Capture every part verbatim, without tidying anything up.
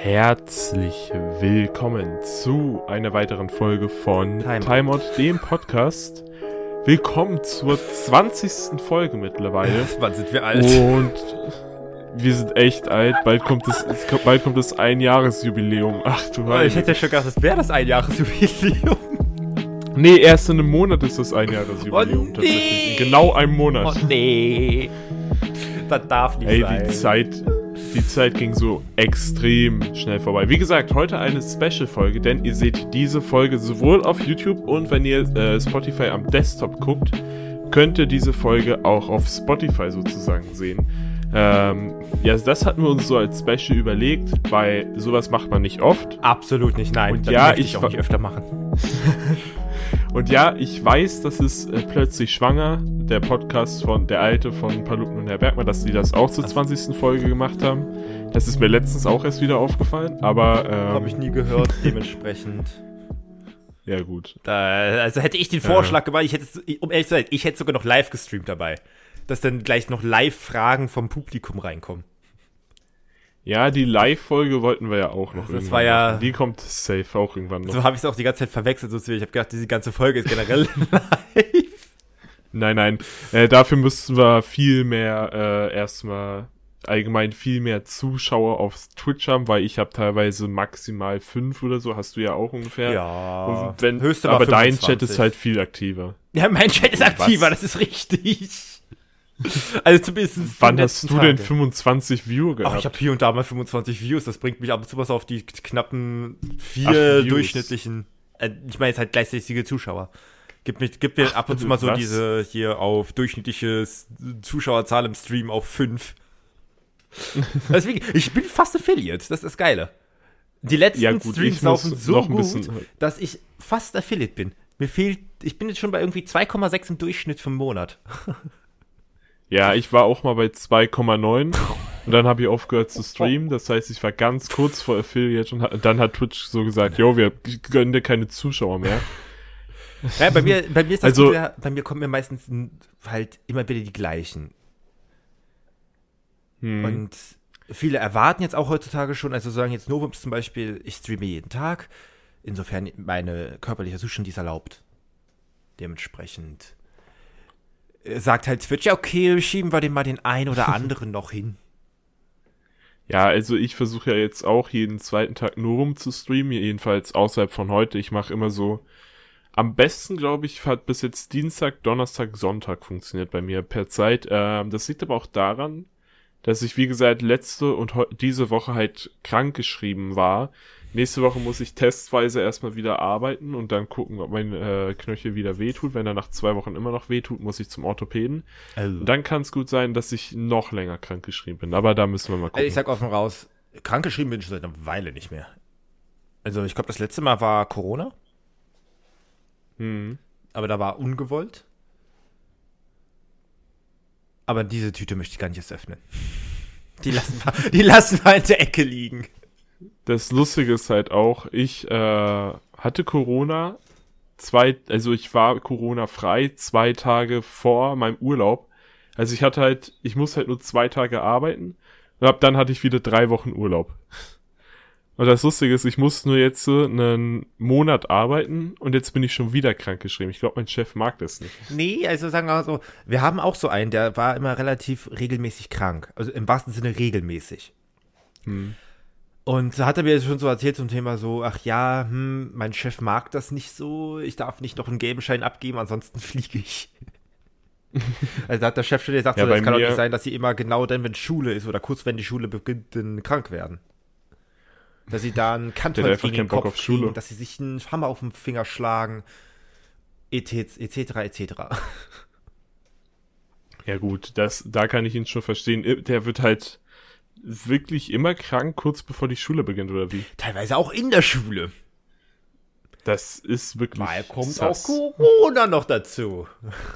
Herzlich willkommen zu einer weiteren Folge von Timeout, Timeout, dem Podcast. Willkommen zur zwanzigsten Folge mittlerweile. Wann sind wir alt? Und wir sind echt alt. Bald kommt das, bald kommt das Einjahresjubiläum. Ach du Heilige. Ich hätte ja schon gedacht, das wäre das Einjahresjubiläum. Nee, erst in einem Monat ist das Einjahresjubiläum. Oh, nee. Tatsächlich. In genau einem Monat. Oh nee. Das darf nicht Ey, sein. die Zeit, die Zeit ging so extrem schnell vorbei. Wie gesagt, heute eine Special-Folge, denn ihr seht diese Folge sowohl auf YouTube und wenn ihr äh, Spotify am Desktop guckt, könnt ihr diese Folge auch auf Spotify sozusagen sehen. Ähm, ja, das hatten wir uns so als Special überlegt, weil sowas macht man nicht oft. Absolut nicht, nein. Und das ja, möchte ich ich auch wa- nicht öfter machen. Und ja, ich weiß, das ist äh, plötzlich schwanger, der Podcast von der Alte von Paluten und Herr Bergmann, dass die das auch zur zwanzigsten Folge gemacht haben. Das ist mir letztens auch erst wieder aufgefallen, aber ähm, Habe ich nie gehört, dementsprechend. ja gut. Da, also hätte ich den Vorschlag gemacht, ich hätte, es- um ehrlich zu sein, ich hätte sogar noch live gestreamt dabei. Dass dann gleich noch Live-Fragen vom Publikum reinkommen. Ja, die Live-Folge wollten wir ja auch noch Das irgendwann war ja- machen. Die kommt safe auch irgendwann noch. So habe ich es auch die ganze Zeit verwechselt. So, ich habe gedacht, diese ganze Folge ist generell live. Nein, nein. Äh, dafür müssten wir viel mehr, äh, erstmal allgemein viel mehr Zuschauer auf Twitch haben, weil ich habe teilweise maximal fünf oder so, hast du ja auch ungefähr. Ja, Und wenn, höchste mal aber dein fünfundzwanzig. Chat ist halt viel aktiver. Ja, mein Chat ist aktiver, Was? das ist richtig. Also zumindest. Wann die hast letzten du denn Tage. fünfundzwanzig Viewer Ach, gehabt? ich habe hier und da mal fünfundzwanzig Views, das bringt mich ab und zu was auf die knappen vier Ach, Views. durchschnittlichen, äh, ich meine jetzt halt gleichzeitige Zuschauer. Gib, mich, gib mir Ach, ab und zu mal so was? diese hier auf durchschnittliches Zuschauerzahl im Stream auf fünf. Deswegen, ich bin fast Affiliate, das ist das Geile. Die letzten Ja, gut, Streams ich muss laufen so noch ein gut, bisschen- dass ich fast Affiliate bin. Mir fehlt, ich bin jetzt schon bei irgendwie zwei Komma sechs im Durchschnitt für einen Monat. Ja, ich war auch mal bei zwei Komma neun und dann habe ich aufgehört zu streamen. Das heißt, ich war ganz kurz vor Affiliate und ha- dann hat Twitch so gesagt, jo, wir gönnen dir keine Zuschauer mehr. Ja, bei mir, bei mir ist das Also- Gute, bei mir kommen mir meistens n- halt immer wieder die gleichen. Hm. Und viele erwarten jetzt auch heutzutage schon, also sagen jetzt Novums zum Beispiel, ich streame jeden Tag, insofern meine körperliche Zustand dies erlaubt. Dementsprechend äh, sagt halt Twitch, ja okay, schieben wir den mal den einen oder anderen noch hin. Ja, also ich versuche ja jetzt auch jeden zweiten Tag nur rum zu streamen, jedenfalls außerhalb von heute. Ich mache immer so, am besten glaube ich, hat bis jetzt Dienstag, Donnerstag, Sonntag funktioniert bei mir per Zeit. Ähm, das liegt aber auch daran, dass ich, wie gesagt, letzte und heu- diese Woche halt krank geschrieben war. Nächste Woche muss ich testweise erstmal wieder arbeiten und dann gucken, ob mein äh, Knöchel wieder wehtut. Wenn er nach zwei Wochen immer noch wehtut, muss ich zum Orthopäden. Also, Und dann kann es gut sein, dass ich noch länger krank geschrieben bin. Aber da müssen wir mal gucken. ich sag offen raus, krankgeschrieben bin ich schon seit einer Weile nicht mehr. Also ich glaube, das letzte Mal war Corona, Hm. aber da war ungewollt. Aber diese Tüte möchte ich gar nicht erst öffnen. Die lassen wir, die lassen wir in der Ecke liegen. Das Lustige ist halt auch, ich äh, hatte Corona, zwei, also ich war Corona-frei zwei Tage vor meinem Urlaub. Also ich hatte halt, ich muss halt nur zwei Tage arbeiten und ab dann hatte ich wieder drei Wochen Urlaub. Und das Lustige ist, ich muss nur jetzt so einen Monat arbeiten und jetzt bin ich schon wieder krankgeschrieben. Ich glaube, mein Chef mag das nicht. Nee, also sagen wir mal so, wir haben auch so einen, der war immer relativ regelmäßig krank. Also im wahrsten Sinne regelmäßig. Hm. Und da hat er mir schon so erzählt zum Thema so, ach ja, hm, mein Chef mag das nicht so, ich darf nicht noch einen gelben Schein abgeben, ansonsten fliege ich. Also da hat der Chef schon gesagt, Ja, so, bei das kann doch mir- nicht sein, dass sie immer genau dann, wenn Schule ist oder kurz wenn die Schule beginnt, dann krank werden. Dass sie da einen Der hat Kantholz einfach gegen den keinen Bock Kopf auf Schule. kriegen, dass sie sich einen Hammer auf den Finger schlagen, et cetera, et cetera. Ja gut, das, da kann ich ihn schon verstehen. Der wird halt wirklich immer krank, kurz bevor die Schule beginnt, oder wie? Teilweise auch in der Schule. Das ist wirklich Mal kommt sass. auch Corona noch dazu.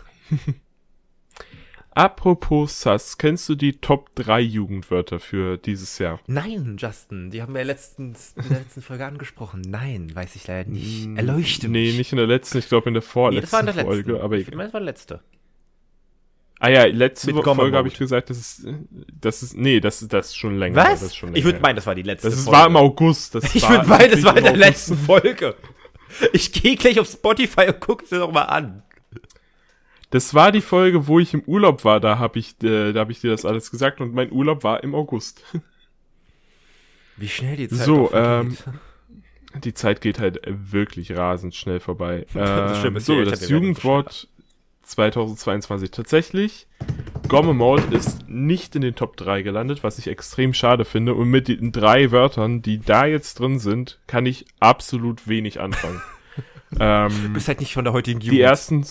Apropos Sass, kennst du die Top drei Jugendwörter für dieses Jahr? Nein, Justin, die haben wir ja letztens, in der letzten Folge angesprochen. Nein, weiß ich leider nicht. Mm, Erleuchte Nee, mich. nicht in der letzten, ich glaube in der Nee, das vorletzten war in der letzten. Folge, aber Ich egal. meine, das war die letzte. Ah ja, letzte Mit Folge Gomme habe ich Mode. gesagt, das ist, das ist, nee, das ist, das ist schon länger. Was? Das ist schon Ich würde länger. meinen, das war die letzte Das ist, Folge. war im August. Das Ich war würde meinen, das war in der im August. letzten Folge. Ich gehe gleich auf Spotify und gucke es mir doch mal an. Das war die Folge, wo ich im Urlaub war. Da habe ich, äh, da habe ich dir das alles gesagt und mein Urlaub war im August. Wie schnell die Zeit So, doch vergeht. ähm, die Zeit geht halt wirklich rasend schnell vorbei. Das Ähm, Schlimme ist, so, je älter das wir werden, umso Jugendwort zweitausendzweiundzwanzig. Tatsächlich, Gomme Mode ist nicht in den Top drei gelandet, was ich extrem schade finde. Und mit den drei Wörtern, die da jetzt drin sind, kann ich absolut wenig anfangen. ähm, Du bist halt nicht von der heutigen Jugend. die ersten...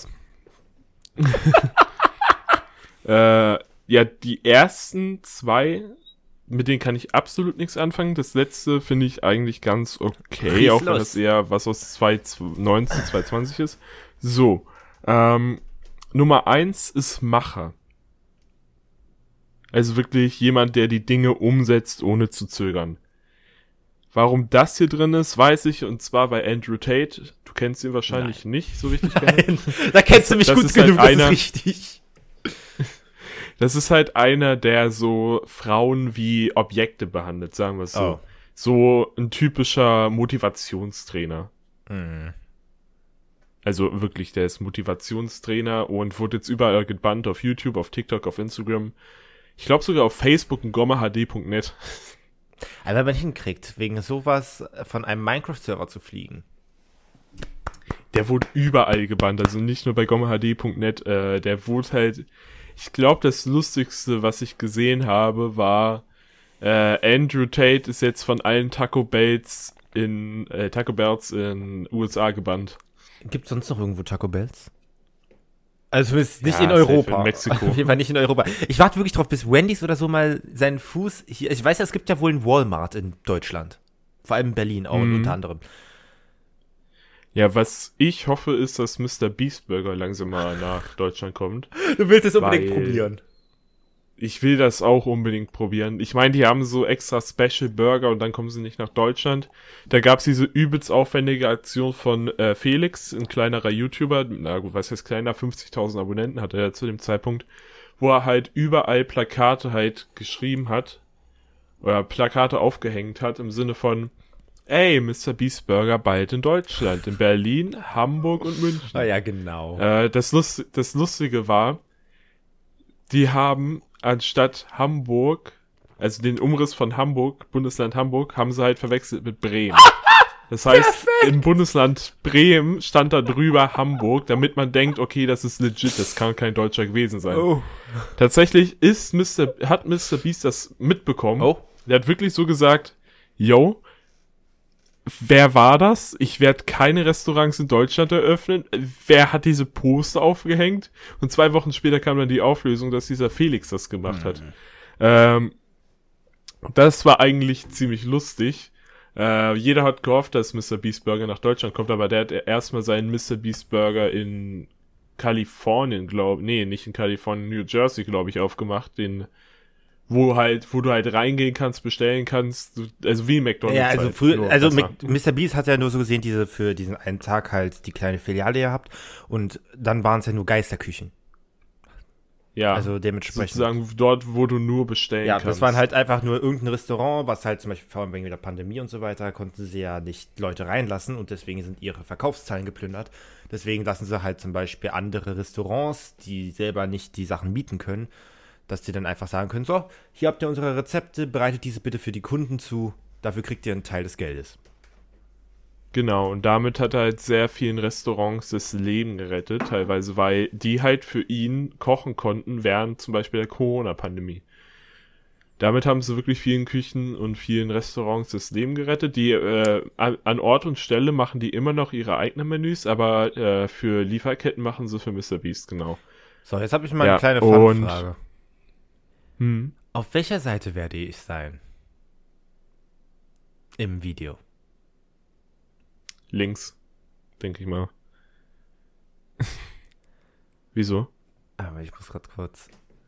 äh, ja, die ersten zwei, mit denen kann ich absolut nichts anfangen. Das letzte finde ich eigentlich ganz okay, Schieß auch wenn los. das eher was aus zweitausendneunzehn, zweitausendzwanzig ist. So, ähm, Nummer eins ist Macher. Also wirklich jemand, der die Dinge umsetzt, ohne zu zögern. Warum das hier drin ist, weiß ich, und zwar bei Andrew Tate. Du kennst ihn wahrscheinlich nicht so richtig gerne. Nein, da kennst du mich Das gut ist halt genug, das einer- ist richtig. Das ist halt einer, der so Frauen wie Objekte behandelt, sagen wir es so. Oh. So ein typischer Motivationstrainer. Hm. Also wirklich, der ist Motivationstrainer und wurde jetzt überall gebannt, auf YouTube, auf TikTok, auf Instagram. Ich glaube sogar auf Facebook und gomme h d punkt net. Aber wenn man hinkriegt, wegen sowas von einem Minecraft-Server zu fliegen. Der wurde überall gebannt, also nicht nur bei gomme h d punkt net. Äh, der wurde halt, ich glaube, das Lustigste, was ich gesehen habe, war, äh, Andrew Tate ist jetzt von allen Taco Bells in, äh, Taco Bells in U S A gebannt. Gibt es sonst noch irgendwo Taco Bells? Also zumindest nicht Ja, in safe Europa. in Mexiko. Auf jeden Fall nicht in Europa. Ich warte wirklich drauf, bis Wendy's oder so mal seinen Fuß hier. Ich weiß ja, es gibt ja wohl einen Walmart in Deutschland. Vor allem in Berlin auch Mhm. unter anderem. Ja, was ich hoffe, ist, dass Mister Beast Burger langsam mal nach Deutschland kommt. Du willst es unbedingt probieren. Ich will das auch unbedingt probieren. Ich meine, die haben so extra Special Burger und dann kommen sie nicht nach Deutschland. Da gab's diese übelst aufwendige Aktion von äh, Felix, ein kleinerer YouTuber, na gut, was heißt kleiner, fünfzigtausend Abonnenten hatte er zu dem Zeitpunkt, wo er halt überall Plakate halt geschrieben hat, oder Plakate aufgehängt hat, im Sinne von, ey, Mister Beast Burger bald in Deutschland, in Berlin, Hamburg und München. Ah ja, genau. Äh, das, Lust, das Lustige war, die haben anstatt Hamburg, also den Umriss von Hamburg, Bundesland Hamburg, haben sie halt verwechselt mit Bremen. Das heißt, im Bundesland Bremen stand da drüber Hamburg, damit man denkt, okay, das ist legit, das kann kein Deutscher gewesen sein. Oh. Tatsächlich ist Mister hat Mister Beast das mitbekommen. Oh. Der hat wirklich so gesagt, yo, wer war das? Ich werde keine Restaurants in Deutschland eröffnen. Wer hat diese Poster aufgehängt? Und zwei Wochen später kam dann die Auflösung, dass dieser Felix das gemacht hat. Ähm, das war eigentlich ziemlich lustig. Äh, jeder hat gehofft, dass Mister Beast Burger nach Deutschland kommt, aber der hat erstmal seinen Mister Beast Burger in Kalifornien, glaube nee, nicht in Kalifornien, New Jersey, glaube ich, aufgemacht, den wo halt, wo du halt reingehen kannst, bestellen kannst, also wie McDonald's. Ja, also halt, früher, nur also besser. mit Mister Beast hat ja nur so gesehen, diese für diesen einen Tag halt die kleine Filiale gehabt und dann waren es ja nur Geisterküchen. Ja, Also dementsprechend. sozusagen dort, wo du nur bestellen Ja, kannst. das waren halt einfach nur irgendein Restaurant, was halt zum Beispiel vor allem wegen der Pandemie und so weiter, konnten sie ja nicht Leute reinlassen und deswegen sind ihre Verkaufszahlen geplündert. Deswegen lassen sie halt zum Beispiel andere Restaurants, die selber nicht die Sachen mieten können, dass die dann einfach sagen können, so, hier habt ihr unsere Rezepte, bereitet diese bitte für die Kunden zu, dafür kriegt ihr einen Teil des Geldes. Genau, und damit hat er halt sehr vielen Restaurants das Leben gerettet, teilweise, weil die halt für ihn kochen konnten während zum Beispiel der Corona-Pandemie. Damit haben sie wirklich vielen Küchen und vielen Restaurants das Leben gerettet. Die äh, an Ort und Stelle machen die immer noch ihre eigenen Menüs, aber äh, für Lieferketten machen sie für Mister Beast, genau. So, jetzt habe ich mal Ja, eine kleine und- Fangfrage. Hm. Auf welcher Seite werde ich sein? Im Video. Links, denke ich mal. Wieso? Aber ich muss gerade kurz.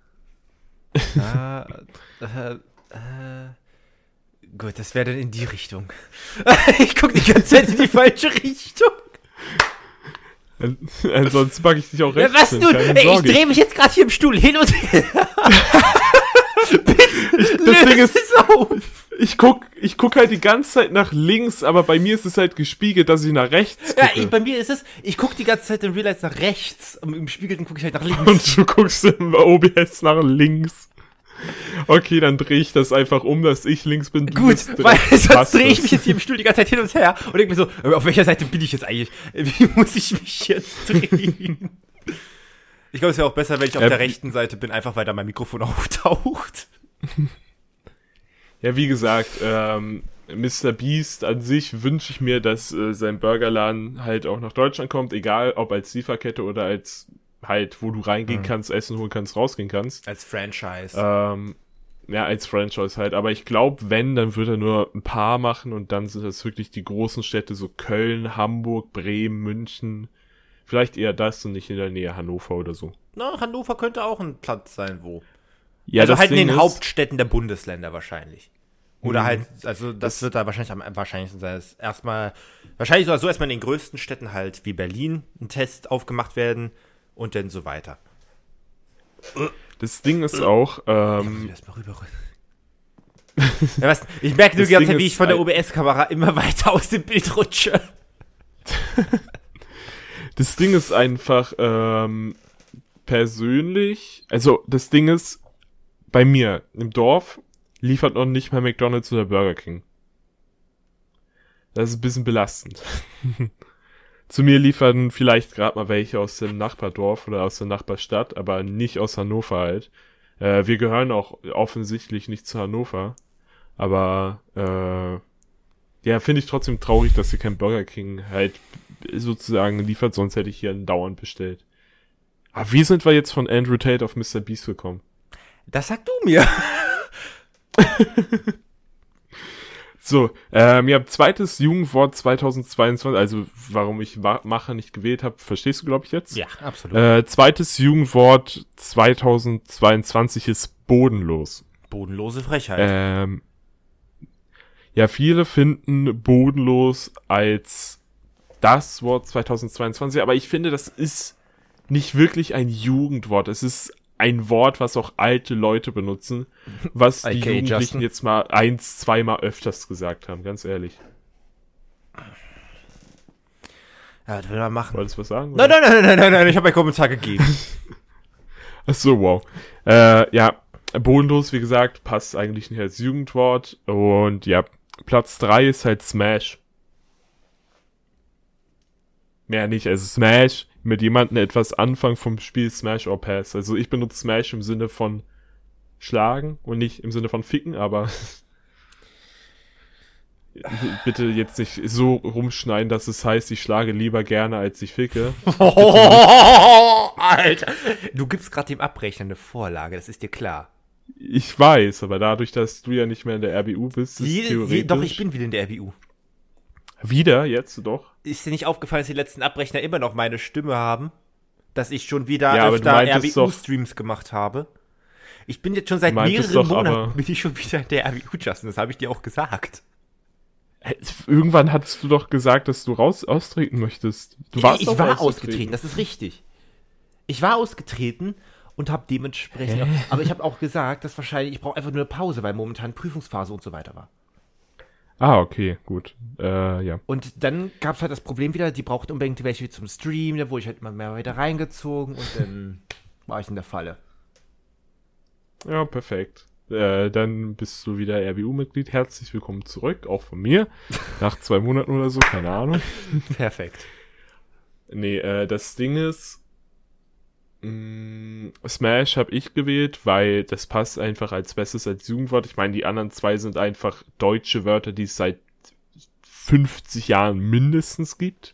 ah, äh, äh, gut, das wäre dann in die Richtung. Ich gucke die ganze Zeit in die falsche Richtung. Ansonsten packe ich dich auch rechts. Ja, was du? Ey, ich drehe mich jetzt gerade hier im Stuhl hin und her. ich, das Ding ist, ich guck, ich guck halt die ganze Zeit nach links, aber bei mir ist es halt gespiegelt, dass ich nach rechts gucke. Ja, ich, bei mir ist es, ich guck die ganze Zeit im Real Life nach rechts und im Spiegel gucke ich halt nach links. Und du guckst im O B S nach links. Okay, dann drehe ich das einfach um, dass ich links bin. Gut, weil sonst drehe ich mich jetzt hier im Stuhl die ganze Zeit hin und her und denke mir so, auf welcher Seite bin ich jetzt eigentlich? Wie muss ich mich jetzt drehen? Ich glaube, es wäre auch besser, wenn ich auf äh, der rechten Seite bin, einfach weil da mein Mikrofon auftaucht. Ja, wie gesagt, ähm, Mister Beast an sich wünsche ich mir, dass äh, sein Burgerladen halt auch nach Deutschland kommt, egal ob als Lieferkette oder als halt, wo du reingehen mhm. kannst, essen holen kannst, rausgehen kannst. Als Franchise. Ähm, ja, als Franchise halt. Aber ich glaube, wenn, dann wird er nur ein paar machen und dann sind das wirklich die großen Städte, so Köln, Hamburg, Bremen, München. Vielleicht eher das und nicht in der Nähe Hannover oder so. Na, Hannover könnte auch ein Platz sein, wo. Ja, also das halt Ding in den ist, Hauptstädten der Bundesländer wahrscheinlich. Oder Mhm. halt, also das, das wird da wahrscheinlich am wahrscheinlichsten sein. dass Erstmal, wahrscheinlich soll so erstmal in den größten Städten halt wie Berlin ein Test aufgemacht werden und dann so weiter. Das Ding ist auch, ähm, ja, erstmal rüber. ja, was, ich merke nur die ganze Zeit, wie ich von der ein- O B S-Kamera immer weiter aus dem Bild rutsche. das Ding ist einfach, ähm, persönlich, also das Ding ist, bei mir im Dorf liefert noch nicht mal McDonald's oder Burger King. Das ist ein bisschen belastend. Zu mir liefern vielleicht gerade mal welche aus dem Nachbardorf oder aus der Nachbarstadt, aber nicht aus Hannover halt. Äh, wir gehören auch offensichtlich nicht zu Hannover. Aber äh, ja, finde ich trotzdem traurig, dass hier kein Burger King halt sozusagen liefert, sonst hätte ich hier einen dauernd bestellt. Aber wie sind wir jetzt von Andrew Tate auf Mister Beast gekommen? Das sag du mir. So, ähm, ja, zweites Jugendwort zweitausendzweiundzwanzig, also warum ich Wa- Macher nicht gewählt habe, verstehst du, glaube ich, jetzt? Ja, absolut. Äh, zweites Jugendwort zweitausendzweiundzwanzig ist bodenlos. Bodenlose Frechheit. Ähm, ja, viele finden bodenlos als das Wort zweitausendzweiundzwanzig, aber ich finde, das ist nicht wirklich ein Jugendwort. Es ist ein Wort, was auch alte Leute benutzen, was die Okay, Jugendlichen Justin. jetzt mal eins, zweimal öfters gesagt haben, ganz ehrlich. Ja, was will man machen? Wolltest du was sagen? Nein, nein, nein, nein, nein, nein, ich habe einen Kommentar gegeben. Ach so, wow. Äh, ja, bodenlos, wie gesagt, passt eigentlich nicht als Jugendwort. Und ja, Platz drei ist halt Smash. Mehr nicht, also Smash, mit jemandem etwas anfangen vom Spiel Smash or Pass. Also ich benutze Smash im Sinne von schlagen und nicht im Sinne von ficken, aber bitte jetzt nicht so rumschneiden, dass es heißt, ich schlage lieber gerne, als ich ficke. Oh, Alter. Du gibst gerade dem Abrechner eine Vorlage, das ist dir klar. Ich weiß, aber dadurch, dass du ja nicht mehr in der R B U bist, ist Jede, theoretisch... je, doch, ich bin wieder in der R B U. Wieder? Jetzt doch? Ist dir nicht aufgefallen, dass die letzten Abrechner immer noch meine Stimme haben? Dass ich schon wieder Ja, aber du öfter meintest R B U-Streams gemacht habe? Ich bin jetzt schon seit Du meintest mehreren doch Monaten aber- bin ich schon wieder in der R B U, Justin. Das habe ich dir auch gesagt. Hä, Irgendwann hattest du doch gesagt, dass du raus austreten möchtest. Du warst ich doch war ausgetreten, das ist richtig. Ich war ausgetreten und habe dementsprechend... Hä? Aber ich habe auch gesagt, dass wahrscheinlich... Ich brauche einfach nur eine Pause, weil momentan Prüfungsphase und so weiter war. Ah, okay, gut. Äh, ja. Und dann gab es halt das Problem wieder, die brauchten unbedingt welche zum Stream, da wurde ich halt immer mehr weiter reingezogen und dann war ich in der Falle. Ja, perfekt. Äh, dann bist du wieder R B U-Mitglied. Herzlich willkommen zurück, auch von mir. Nach zwei Monaten oder so, keine Ahnung. Perfekt. Nee, äh, das Ding ist, mh, Smash habe ich gewählt, weil das passt einfach als Bestes als Jugendwort. Ich meine, die anderen zwei sind einfach deutsche Wörter, die es seit fünfzig Jahren mindestens gibt.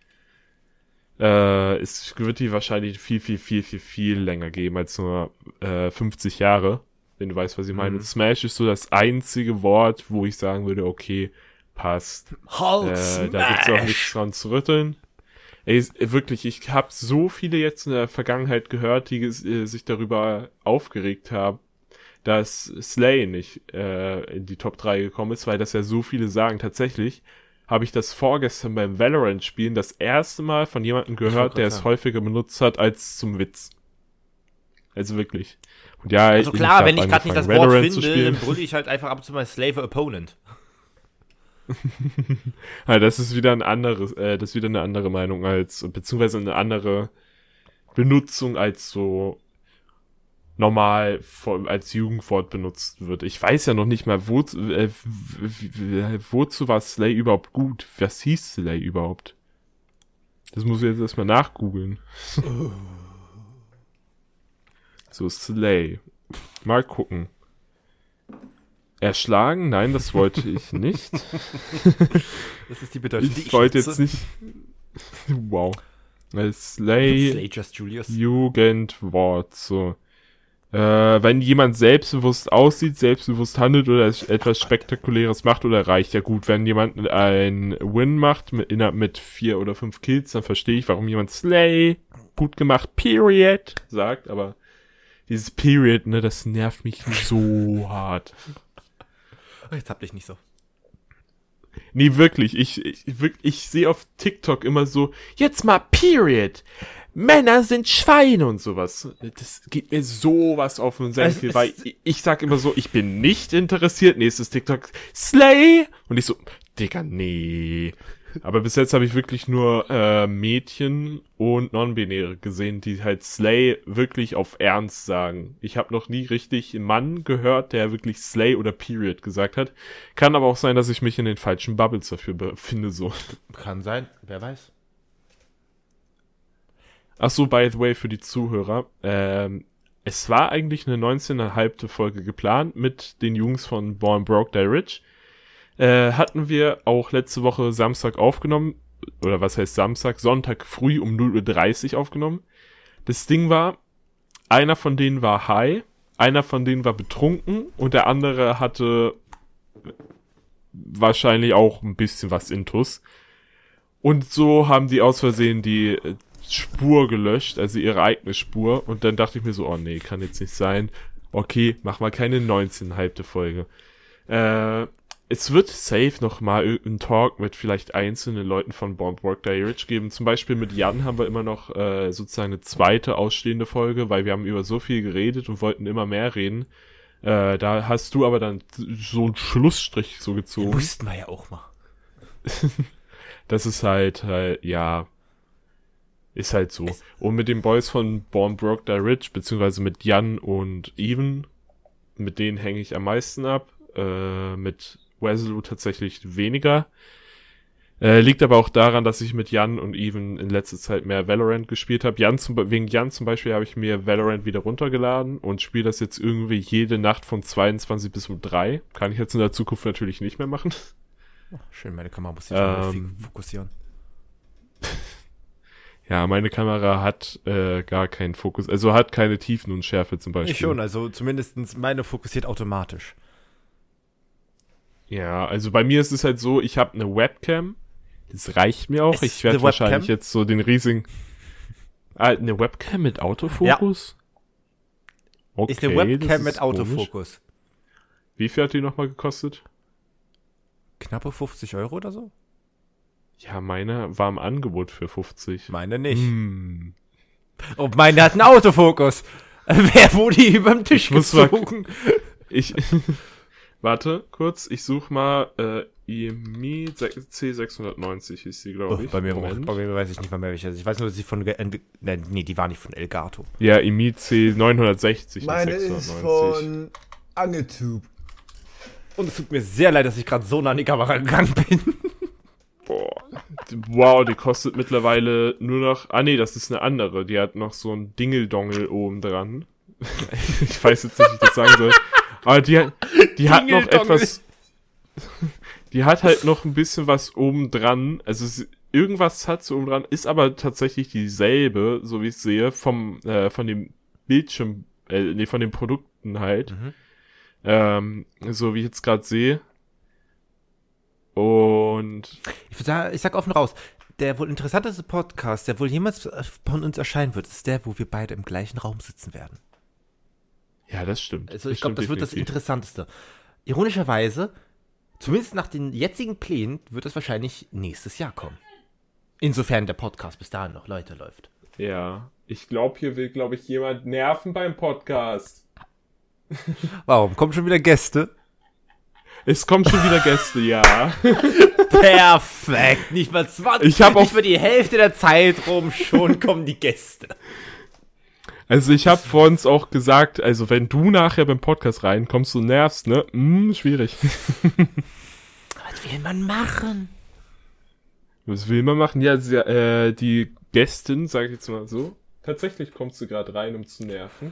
Äh, es wird die wahrscheinlich viel, viel, viel, viel, viel länger geben als nur äh, fünfzig Jahre, wenn du weißt, was ich meine. Mhm. Smash ist so das einzige Wort, wo ich sagen würde, okay, passt. Halt, Äh, da gibt's auch nichts dran zu rütteln. Ey, s- wirklich, ich habe so viele jetzt in der Vergangenheit gehört, die ges- äh, sich darüber aufgeregt haben, dass Slay nicht äh, in die Top drei gekommen ist, weil das ja so viele sagen. Tatsächlich habe ich das vorgestern beim Valorant-Spielen das erste Mal von jemandem gehört, der es häufiger benutzt hat als zum Witz. Also wirklich. Und ja, also klar, ich wenn ich gerade nicht das Valorant Wort finde, dann brülle ich halt einfach ab und zu mal Slave Opponent. Ja, das ist wieder ein anderes, äh, das ist wieder eine andere Meinung als, beziehungsweise eine andere Benutzung als so normal vor, als Jugendwort benutzt wird. Ich weiß ja noch nicht mal, wo, äh, wozu war Slay überhaupt gut? Was hieß Slay überhaupt? Das muss ich jetzt erstmal nachgoogeln. So, Slay. Mal gucken. Erschlagen? Nein, das wollte ich nicht. Das ist die Bedeutung, die ich wollte jetzt nicht. Wow. Slay, Slay Just Julius. Jugendwort. So. Äh, wenn jemand selbstbewusst aussieht, selbstbewusst handelt oder etwas Spektakuläres macht oder erreicht. Ja gut, wenn jemand ein Win macht mit, mit vier oder fünf Kills, dann verstehe ich, warum jemand Slay, gut gemacht, Period, sagt. Aber dieses Period, ne, das nervt mich so hart. Jetzt hab dich nicht so. Nee, wirklich. Ich, ich, wirklich, ich sehe auf TikTok immer so, jetzt mal Period. Männer sind Schweine und sowas. Das geht mir sowas auf den Senkel, weil ich, ich sag immer so, ich bin nicht interessiert. Nächstes TikTok, Slay. Und ich so, Digga, nee. Aber bis jetzt habe ich wirklich nur äh, Mädchen und Non-Binäre gesehen, die halt Slay wirklich auf Ernst sagen. Ich habe noch nie richtig einen Mann gehört, der wirklich Slay oder Period gesagt hat. Kann aber auch sein, dass ich mich in den falschen Bubbles dafür befinde. So. Kann sein, wer weiß. Ach so, by the way, für die Zuhörer. Ähm, es war eigentlich eine neunzehn Komma fünf Folge geplant mit den Jungs von Born Broke Die Rich. Äh, hatten wir auch letzte Woche Samstag aufgenommen, oder was heißt Samstag, Sonntag früh um null Uhr dreißig aufgenommen. Das Ding war, einer von denen war high, einer von denen war betrunken und der andere hatte wahrscheinlich auch ein bisschen was intus. Und so haben die aus Versehen die Spur gelöscht, also ihre eigene Spur. Und dann dachte ich mir so, oh nee, kann jetzt nicht sein. Okay, mach mal keine neunzehn Komma fünf Folge. Äh... Es wird safe noch mal einen Talk mit vielleicht einzelnen Leuten von Born Broke Die Rich geben. Zum Beispiel mit Jan haben wir immer noch äh, sozusagen eine zweite ausstehende Folge, weil wir haben über so viel geredet und wollten immer mehr reden. Äh, da hast du aber dann so einen Schlussstrich so gezogen. Den mussten wir ja auch mal. Das ist halt, halt, ja, ist halt so. Und mit den Boys von Born Broke Die Rich, beziehungsweise mit Jan und Even, mit denen hänge ich am meisten ab. Äh, mit Weselu tatsächlich weniger. Äh, liegt aber auch daran, dass ich mit Jan und Even in letzter Zeit mehr Valorant gespielt habe. Jan zum, wegen Jan zum Beispiel habe ich mir Valorant wieder runtergeladen und spiele das jetzt irgendwie jede Nacht von zweiundzwanzig bis um drei. Kann ich jetzt in der Zukunft natürlich nicht mehr machen. Schön, meine Kamera muss sich ähm, fokussieren. Ja, meine Kamera hat äh, gar keinen Fokus, also hat keine Tiefenunschärfe zum Beispiel. Ich schon, also zumindest meine fokussiert automatisch. Ja, also bei mir ist es halt so, ich habe eine Webcam, das reicht mir auch. Ist ich werde wahrscheinlich jetzt so den riesigen... Ah, eine Webcam mit Autofokus? Ja. Okay, ist eine Webcam mit Autofokus. Komisch. Wie viel hat die nochmal gekostet? Knappe fünfzig Euro oder so? Ja, meine war im Angebot für fünfzig. Meine nicht. Hm. Und meine hat einen Autofokus. Wer wurde die über den Tisch ich gezogen? Mal, ich... Warte, kurz, ich suche mal äh, I M I C sechshundertneunzig ist sie, glaube ich. Oh, bei, mir, bei mir weiß ich nicht mal mehr welche. Ich weiß nur, dass sie von... Äh, nee, die war nicht von Elgato. Ja, I M I C neunhundertsechzig. Meine ist von Angeltube. Und es tut mir sehr leid, dass ich gerade so nah an die Kamera gegangen bin. Boah. Wow, die kostet mittlerweile nur noch... Ah nee, das ist eine andere. Die hat noch so ein Dingeldongel oben dran. Ich weiß jetzt nicht, wie ich das sagen soll. Aber die, die hat noch etwas, die hat halt noch ein bisschen was oben dran, also sie, irgendwas hat sie oben dran, ist aber tatsächlich dieselbe, so wie ich sehe, vom, äh, von dem Bildschirm, äh, nee, von den Produkten halt, mhm. ähm, so wie ich jetzt gerade sehe. Und ich, sag, ich sag offen raus, der wohl interessanteste Podcast, der wohl jemals von uns erscheinen wird, ist der, wo wir beide im gleichen Raum sitzen werden. Ja, das stimmt. Also ich das glaube, das definitiv. wird das Interessanteste. Ironischerweise Zumindest nach den jetzigen Plänen wird es wahrscheinlich nächstes Jahr kommen. Insofern der Podcast bis dahin noch Leute läuft. Ja, ich glaube, hier will, glaube ich, jemand nerven beim Podcast. Warum? Kommen schon wieder Gäste? Es kommen schon wieder Gäste, ja. Perfekt. Nicht mal zwanzig, ich hab nicht auch, mal die Hälfte der Zeit rum, schon kommen die Gäste. Also ich habe vor uns auch gesagt, also wenn du nachher beim Podcast reinkommst und nervst, ne? Hm, schwierig. Was will man machen? Was will man machen? Ja, sie, äh, die Gästin, sag ich jetzt mal so, tatsächlich kommt sie gerade rein, um zu nerven.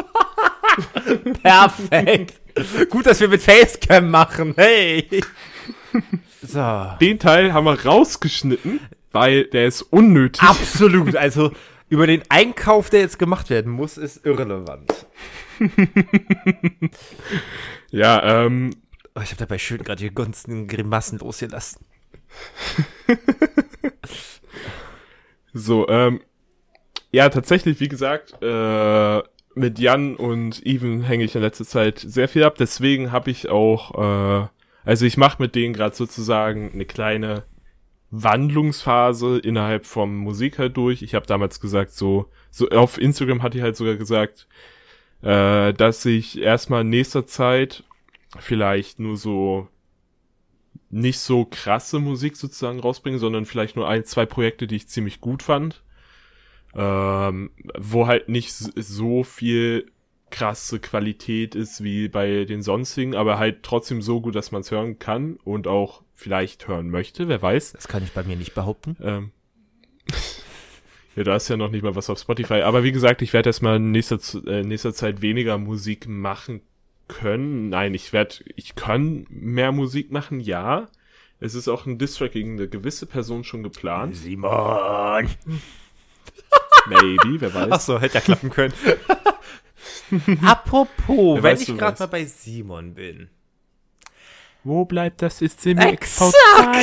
Perfekt. Gut, dass wir mit Facecam machen. Hey. So. Den Teil haben wir rausgeschnitten, weil der ist unnötig. Absolut. Also über den Einkauf, der jetzt gemacht werden muss, ist irrelevant. Ja, ähm. Oh, ich habe dabei schön gerade die ganzen Grimassen losgelassen. So, ähm. Ja, tatsächlich, wie gesagt, äh, mit Jan und Even hänge ich in letzter Zeit sehr viel ab. Deswegen habe ich auch, äh, also ich mache mit denen gerade sozusagen eine kleine Wandlungsphase innerhalb vom Musik halt durch. Ich habe damals gesagt, so, so auf Instagram hatte ich halt sogar gesagt, äh, dass ich erstmal in nächster Zeit vielleicht nur so nicht so krasse Musik sozusagen rausbringe, sondern vielleicht nur ein, zwei Projekte, die ich ziemlich gut fand. Ähm, wo halt nicht so viel krasse Qualität ist wie bei den sonstigen, aber halt trotzdem so gut, dass man es hören kann und auch vielleicht hören möchte, wer weiß. Das kann ich bei mir nicht behaupten. Ähm, ja, da ist ja noch nicht mal was auf Spotify, aber wie gesagt, ich werde erstmal in nächster, äh, nächster Zeit weniger Musik machen können. Nein, ich werde, ich kann mehr Musik machen, ja. Es ist auch ein Distrack gegen eine gewisse Person schon geplant. Simon! Maybe, wer weiß. Achso, hätte ja klappen können. Apropos, Wer wenn weiß, ich du gerade weißt. mal bei Simon bin. Wo bleibt das? Ist sie mir Exakt!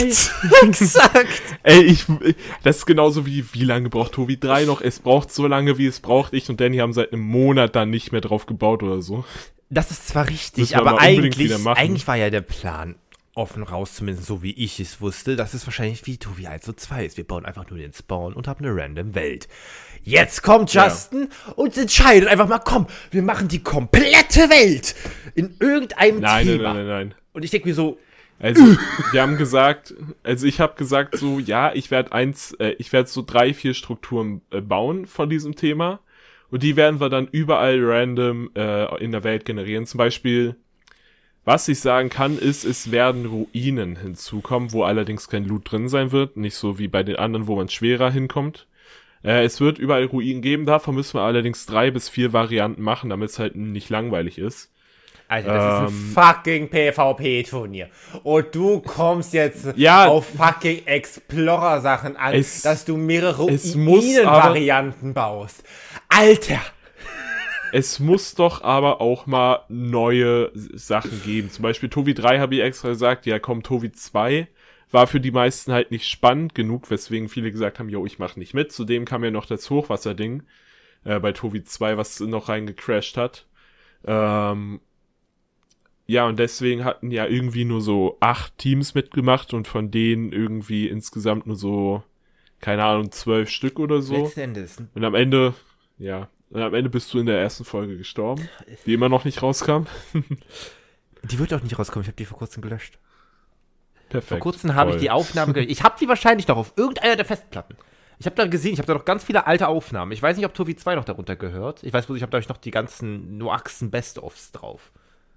Exakt! Ey, ich, das ist genauso wie, wie lange braucht Tobi drei noch? Es braucht so lange, wie es braucht. Ich und Danny haben seit einem Monat dann nicht mehr drauf gebaut oder so. Das ist zwar richtig, Müssen wir aber mal unbedingt eigentlich, wieder machen. eigentlich war ja der Plan offen raus, zumindest so wie ich es wusste, dass es wahrscheinlich wie Tobi eins und zwei ist. Wir bauen einfach nur den Spawn und haben eine random Welt. Jetzt kommt Justin Ja. und entscheidet einfach mal, komm, wir machen die komplette Welt in irgendeinem Nein, nein, Thema. nein, nein, nein. Und ich denke mir so, Also, wir haben gesagt, also ich habe gesagt so, ja, ich werde eins, äh, ich werde so drei, vier Strukturen äh, bauen von diesem Thema und die werden wir dann überall random äh, in der Welt generieren. Zum Beispiel, was ich sagen kann, ist, es werden Ruinen hinzukommen, wo allerdings kein Loot drin sein wird, nicht so wie bei den anderen, wo man schwerer hinkommt. Äh, es wird überall Ruinen geben, davon müssen wir allerdings drei bis vier Varianten machen, damit es halt nicht langweilig ist. Alter, das Ähm, ist ein fucking PvP-Turnier. Und du kommst jetzt Ja. auf fucking Explorer-Sachen an, Es- dass du mehrere es muss Ruinen-Varianten baust. Alter! Es muss doch aber auch mal neue Sachen geben. Zum Beispiel Tovi drei habe ich extra gesagt, ja komm, Tovi zwei war für die meisten halt nicht spannend genug, weswegen viele gesagt haben, jo, ich mach nicht mit. Zudem kam ja noch das Hochwasserding äh, bei Tovi zwei, was noch reingecrashed hat. Ähm, ja, und deswegen hatten ja irgendwie nur so acht Teams mitgemacht und von denen irgendwie insgesamt nur so, keine Ahnung, zwölf Stück oder so. Letzten Endes. Und am Ende, ja, und am Ende bist du in der ersten Folge gestorben, die immer noch nicht rauskam. Die wird auch nicht rauskommen, ich habe die vor kurzem gelöscht. Perfekt. Vor kurzem habe ich Toll. die Aufnahme gelöscht. Ich habe die wahrscheinlich noch auf irgendeiner der Festplatten. Ich habe da gesehen, ich habe da noch ganz viele alte Aufnahmen. Ich weiß nicht, ob Tovi zwei noch darunter gehört. Ich weiß bloß, ich habe da noch die ganzen Noaxen Best-ofs drauf.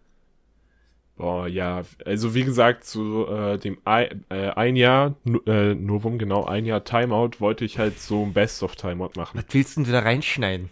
Boah, ja, also wie gesagt, zu äh, dem ein, äh, ein Jahr, nu- äh, Novum, genau, ein Jahr Timeout, wollte ich halt so ein Best-of-Timeout machen. Was willst denn du da reinschneiden?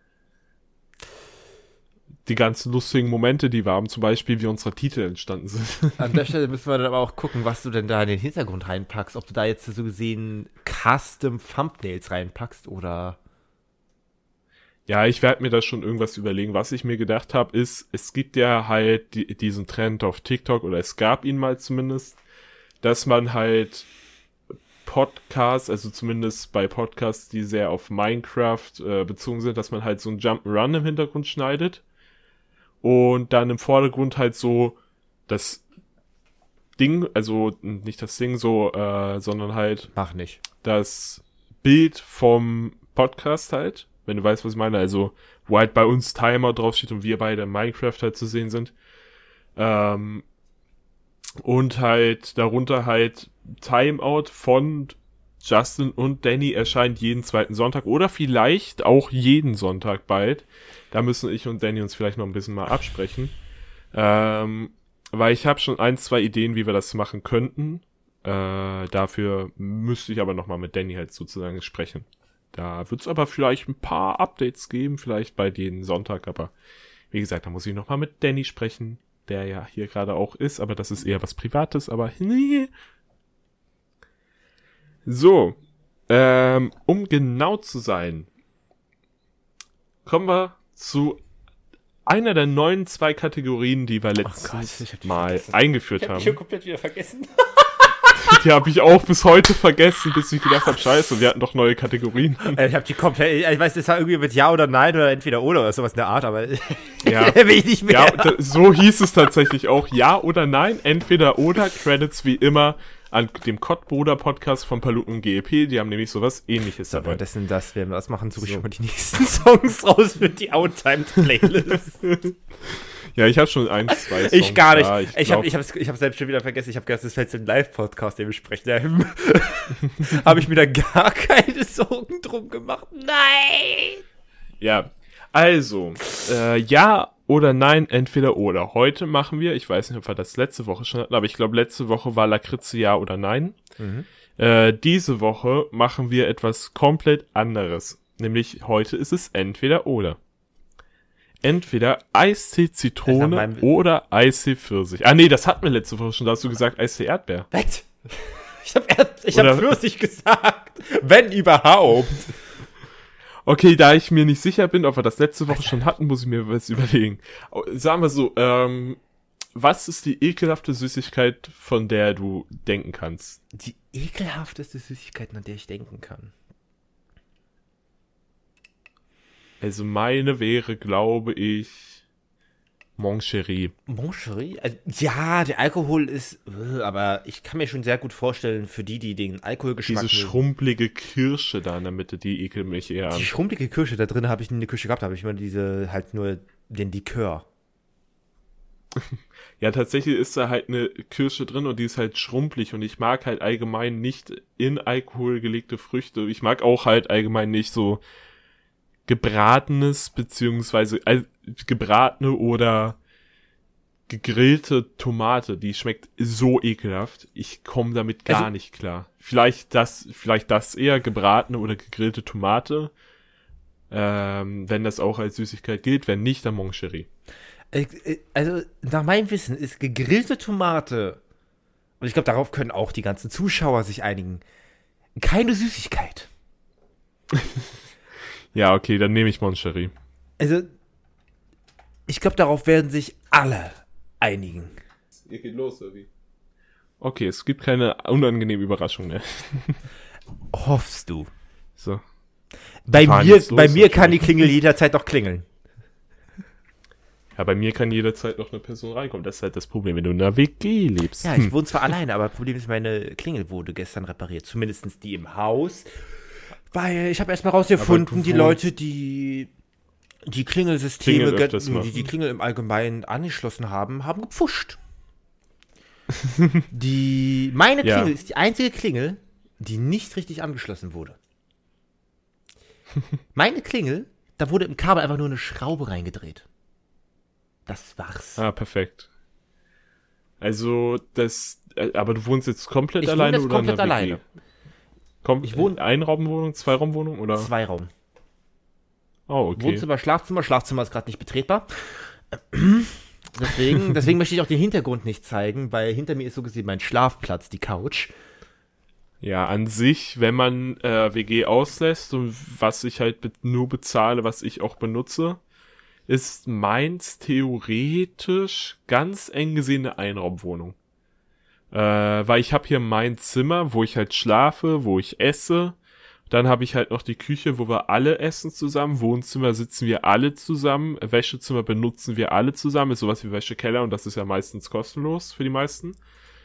Die ganzen lustigen Momente, die wir haben, zum Beispiel, wie unsere Titel entstanden sind. An der Stelle müssen wir dann aber auch gucken, was du denn da in den Hintergrund reinpackst. Ob du da jetzt so gesehen Custom Thumbnails reinpackst oder... Ja, ich werde mir da schon irgendwas überlegen. Was ich mir gedacht habe, ist, es gibt ja halt die, diesen Trend auf TikTok, oder es gab ihn mal zumindest, dass man halt Podcasts, also zumindest bei Podcasts, die sehr auf Minecraft äh, bezogen sind, dass man halt so ein Jump'n'Run im Hintergrund schneidet und dann im Vordergrund halt so das Ding, also nicht das Ding so, äh, sondern halt Mach nicht. das Bild vom Podcast halt, wenn du weißt, was ich meine, also wo halt bei uns Timer draufsteht und wir beide in Minecraft halt zu sehen sind. Ähm, und halt darunter halt Timeout von Justin und Danny erscheint jeden zweiten Sonntag oder vielleicht auch jeden Sonntag bald. Da müssen ich und Danny uns vielleicht noch ein bisschen mal absprechen. Ähm, weil ich habe schon ein, zwei Ideen, wie wir das machen könnten. Äh, dafür müsste ich aber nochmal mit Danny halt sozusagen sprechen. Da wird es aber vielleicht ein paar Updates geben, vielleicht bei jeden Sonntag, aber wie gesagt, da muss ich nochmal mit Danny sprechen, der ja hier gerade auch ist, aber das ist eher was Privates, aber nee. So, ähm, um genau zu sein, kommen wir zu einer der neuen zwei Kategorien, die wir letztes Gott, ich hab die Mal vergessen. eingeführt Ich hab haben. die schon komplett wieder vergessen. Die habe ich auch bis heute vergessen, bis ich gedacht habe, scheiße, wir hatten doch neue Kategorien. Ich hab die komplett, ich weiß, das war irgendwie mit Ja oder Nein oder entweder oder oder sowas in der Art, aber Ja, will ich nicht mehr. ja d- so hieß es tatsächlich auch. Ja oder nein, entweder oder, Credits wie immer an dem Kottbruder Podcast von Paluten und G E P, die haben nämlich sowas ähnliches So, dabei. währenddessen das, wenn wir das machen, suche ich So. schon mal die nächsten Songs raus für die Outtimed-Playlist. Ja, ich habe schon eins, zwei Songs. Ich gar nicht. da, ich ich ich glaub- habe ich hab's, ich hab selbst schon wieder vergessen. Ich habe gedacht, das ist jetzt ein Live-Podcast, dementsprechend habe ich mir da gar keine Sorgen drum gemacht. Nein! Ja, also, äh, ja oder nein, entweder oder. Heute machen wir, ich weiß nicht, ob wir das letzte Woche schon hatten, aber ich glaube, letzte Woche war Lakritze ja oder nein. Mhm. Äh, diese Woche machen wir etwas komplett anderes. Nämlich heute ist es entweder oder. Entweder Eistee Das Zitrone hat mein- oder Eistee Pfirsich. Ah nee, das hatten wir letzte Woche schon, da hast du gesagt Eistee Erdbeer. Was? Ich habe ich hab Oder- Pfirsich gesagt. Wenn überhaupt. Okay, da ich mir nicht sicher bin, ob wir das letzte Woche schon hatten, muss ich mir was überlegen. Oh, sagen wir so, ähm, was ist die ekelhafte Süßigkeit, von der du denken kannst? Die ekelhafteste Süßigkeit, an der ich denken kann. Also meine wäre, glaube ich, Moncherie. Moncherie? Also, ja, der Alkohol ist, äh, aber ich kann mir schon sehr gut vorstellen, für die, die den Alkoholgeschmack Diese mögen. schrumpelige Kirsche da in der Mitte, die ekelt mich eher an. Die schrumpelige Kirsche, da drin habe ich nie eine Kirsche gehabt, da habe ich immer diese, halt nur den Likör. Ja, tatsächlich ist da halt eine Kirsche drin und die ist halt schrumpelig und ich mag halt allgemein nicht in Alkohol gelegte Früchte. Ich mag auch halt allgemein nicht so gebratenes, beziehungsweise äh, gebratene oder gegrillte Tomate, die schmeckt so ekelhaft. Ich komme damit gar Also- nicht klar. Vielleicht das, vielleicht das eher, gebratene oder gegrillte Tomate, ähm, wenn das auch als Süßigkeit gilt, wenn nicht, dann Moncherie. Äh, äh, Also, nach meinem Wissen ist gegrillte Tomate, und ich glaube, darauf können auch die ganzen Zuschauer sich einigen, keine Süßigkeit. Ja, okay, dann nehme ich Moncherie. Also, ich glaube, darauf werden sich alle einigen. Ihr geht los, oder wie? Okay, es gibt keine unangenehme Überraschung mehr. Hoffst du? So. Bei fahren mir, jetzt los, bei mir kann die natürlich. Klingel jederzeit noch klingeln. Ja, bei mir kann jederzeit noch eine Person reinkommen. Das ist halt das Problem, wenn du in einer W G lebst. Ja, ich wohne zwar alleine, aber das Problem ist, meine Klingel wurde gestern repariert. Zumindest die im Haus. Weil ich habe erstmal Aber rausgefunden, du die wohnst- Leute, die die Klingelsysteme, Klingel ge- öfters mal. die die Klingel im Allgemeinen angeschlossen haben, haben gepfuscht. die, meine Ja. Klingel ist die einzige Klingel, die nicht richtig angeschlossen wurde. Meine Klingel, da wurde im Kabel einfach nur eine Schraube reingedreht. Das war's. Ah, perfekt. Also, das, äh, aber du wohnst jetzt komplett Ich wohne alleine jetzt oder komplett in einer W G? alleine. Kom Ich wohne- Einraumwohnung, Zweiraumwohnung oder? Zwei-Raum. Oh, okay. Wohnzimmer, Schlafzimmer. Schlafzimmer ist gerade nicht betretbar. Deswegen, deswegen möchte ich auch den Hintergrund nicht zeigen, weil hinter mir ist so gesehen mein Schlafplatz, die Couch. Ja, an sich, wenn man äh, W G auslässt und was ich halt be nur bezahle, was ich auch benutze, ist meins theoretisch ganz eng gesehen eine Einraumwohnung. Äh, weil ich habe hier mein Zimmer, wo ich halt schlafe, wo ich esse. Dann habe ich halt noch die Küche, wo wir alle essen zusammen. Wohnzimmer sitzen wir alle zusammen. Wäschezimmer benutzen wir alle zusammen. Ist sowas wie Wäschekeller und das ist ja meistens kostenlos für die meisten.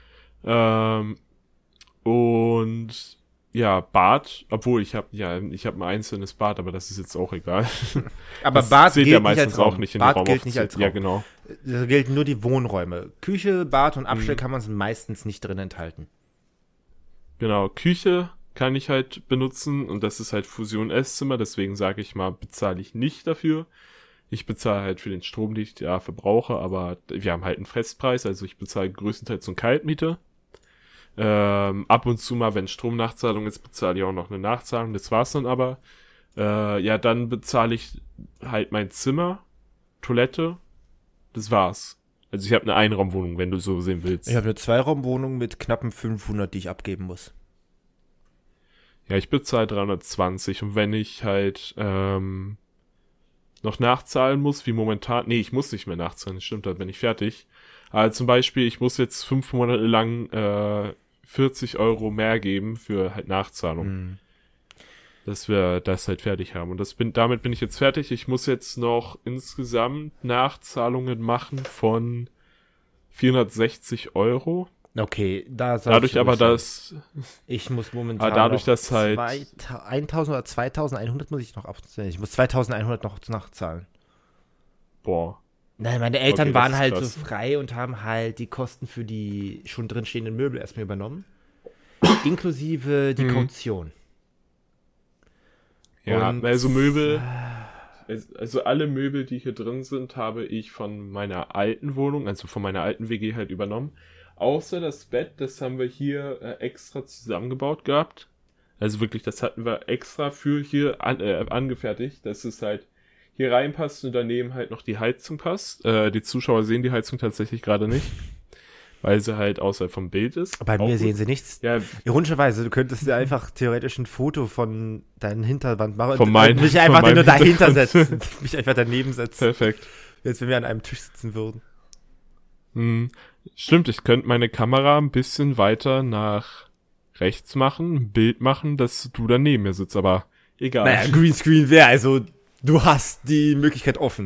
Ähm, und ja, Bad, obwohl ich habe ja, ich habe ein einzelnes Bad, aber das ist jetzt auch egal. Aber das Bad zählt gilt ja nicht als meistens Raum. auch nicht in Bad die Raum gilt nicht als Raum. Ja, genau. Da gelten nur die Wohnräume. Küche, Bad und Abstellkammer Mhm. sind meistens nicht drin enthalten. Genau, Küche kann ich halt benutzen und das ist halt Fusion Esszimmer, deswegen sage ich mal, bezahle ich nicht dafür. Ich bezahle halt für den Strom, den ich da verbrauche, aber wir haben halt einen Festpreis, also ich bezahle größtenteils so eine Kaltmiete. Ähm, ab und zu mal, wenn Stromnachzahlung ist, bezahle ich auch noch eine Nachzahlung, das war's dann aber. Äh, ja, dann bezahle ich halt mein Zimmer, Toilette, das war's. Also ich habe eine Einraumwohnung, wenn du so sehen willst. Ich habe eine Zweiraumwohnung mit knappen fünfhundert, die ich abgeben muss. Ja, ich bezahle dreihundertzwanzig und wenn ich halt ähm, noch nachzahlen muss, wie momentan, nee, ich muss nicht mehr nachzahlen, das stimmt, dann bin ich fertig. Aber zum Beispiel, ich muss jetzt fünf Monate lang äh, vierzig Euro mehr geben für halt Nachzahlung. Hm. Dass wir das halt fertig haben. Und das bin, damit bin ich jetzt fertig. Ich muss jetzt noch insgesamt Nachzahlungen machen von vierhundertsechzig Euro. Okay, da sag Dadurch ich aber, aber schon, dass, ich muss momentan aber dadurch, noch dass halt, eintausend oder zweitausendeinhundert muss ich noch abzahlen. Ich muss zweitausendeinhundert noch nachzahlen. boah, Nein, meine Eltern Okay, das waren ist halt so krass. frei und haben halt die Kosten für die schon drinstehenden Möbel erstmal übernommen. Inklusive die Mhm. Kaution. ja, Und- also Möbel, also alle Möbel, die hier drin sind, habe ich von meiner alten Wohnung, also von meiner alten W G halt übernommen. Außer das Bett, das haben wir hier äh, extra zusammengebaut gehabt. Also wirklich, das hatten wir extra für hier an, äh, angefertigt, dass es halt hier reinpasst und daneben halt noch die Heizung passt. Äh, die Zuschauer sehen die Heizung tatsächlich gerade nicht, weil sie halt außerhalb vom Bild ist. Bei Auch mir gut. sehen sie nichts. Ja, Ironischerweise, du könntest dir einfach theoretisch ein Foto von deinen Hinterwand machen Von und meinen- mich von einfach meinem nur dahinter Hintergrund. setzen. Mich einfach daneben setzen. perfekt. Jetzt, wenn wir an einem Tisch sitzen würden. Hm. Stimmt, ich könnte meine Kamera ein bisschen weiter nach rechts machen, ein Bild machen, dass du da neben mir sitzt, aber egal. Naja, Greenscreen wäre, also du hast die Möglichkeit offen.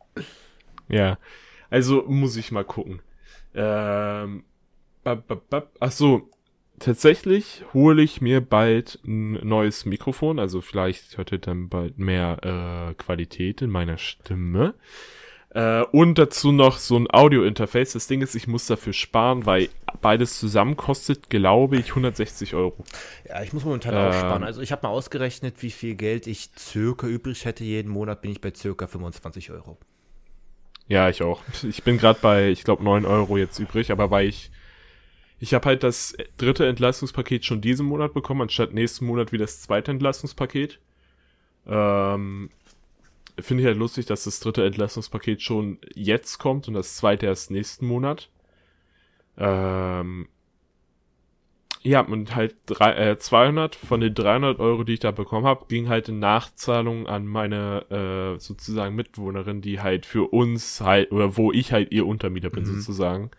Ja, also muss ich mal gucken. Ähm, bap, bap, bap. Ach so, tatsächlich hole ich mir bald ein neues Mikrofon, also vielleicht hört ihr dann bald mehr äh, Qualität in meiner Stimme. Äh, und dazu noch so ein Audio-Interface. Das Ding ist, ich muss dafür sparen, weil beides zusammen kostet, glaube ich, hundertsechzig Euro. Ja, ich muss momentan Ähm. auch sparen. Also ich habe mal ausgerechnet, wie viel Geld ich circa übrig hätte jeden Monat, bin ich bei circa fünfundzwanzig Euro. Ja, ich auch. Ich bin gerade bei, ich glaube, neun Euro jetzt übrig, aber weil ich, ich habe halt das dritte Entlastungspaket schon diesen Monat bekommen, anstatt nächsten Monat wie das zweite Entlastungspaket. Ähm, finde ich halt lustig, dass das dritte Entlastungspaket schon jetzt kommt und das zweite erst nächsten Monat. Ähm, ja, und halt drei, äh, zweihundert von den dreihundert Euro, die ich da bekommen habe, ging halt in Nachzahlung an meine äh, sozusagen Mitbewohnerin, die halt für uns halt, oder wo ich halt ihr Untermieter bin Mhm. sozusagen.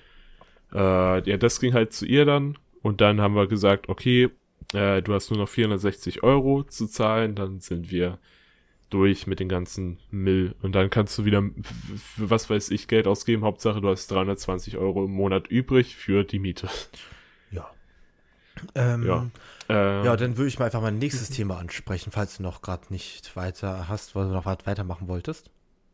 Äh, ja, das ging halt zu ihr dann und dann haben wir gesagt, okay, äh, du hast nur noch vierhundertsechzig Euro zu zahlen, dann sind wir durch mit den ganzen Müll und dann kannst du wieder f- für was weiß ich Geld ausgeben, Hauptsache du hast dreihundertzwanzig Euro im Monat übrig für die Miete. Ja. Ähm, Ja. Ähm, Ja, dann würde ich mal einfach mein nächstes Thema ansprechen, falls du noch gerade nicht weiter hast, weil du noch was weitermachen wolltest.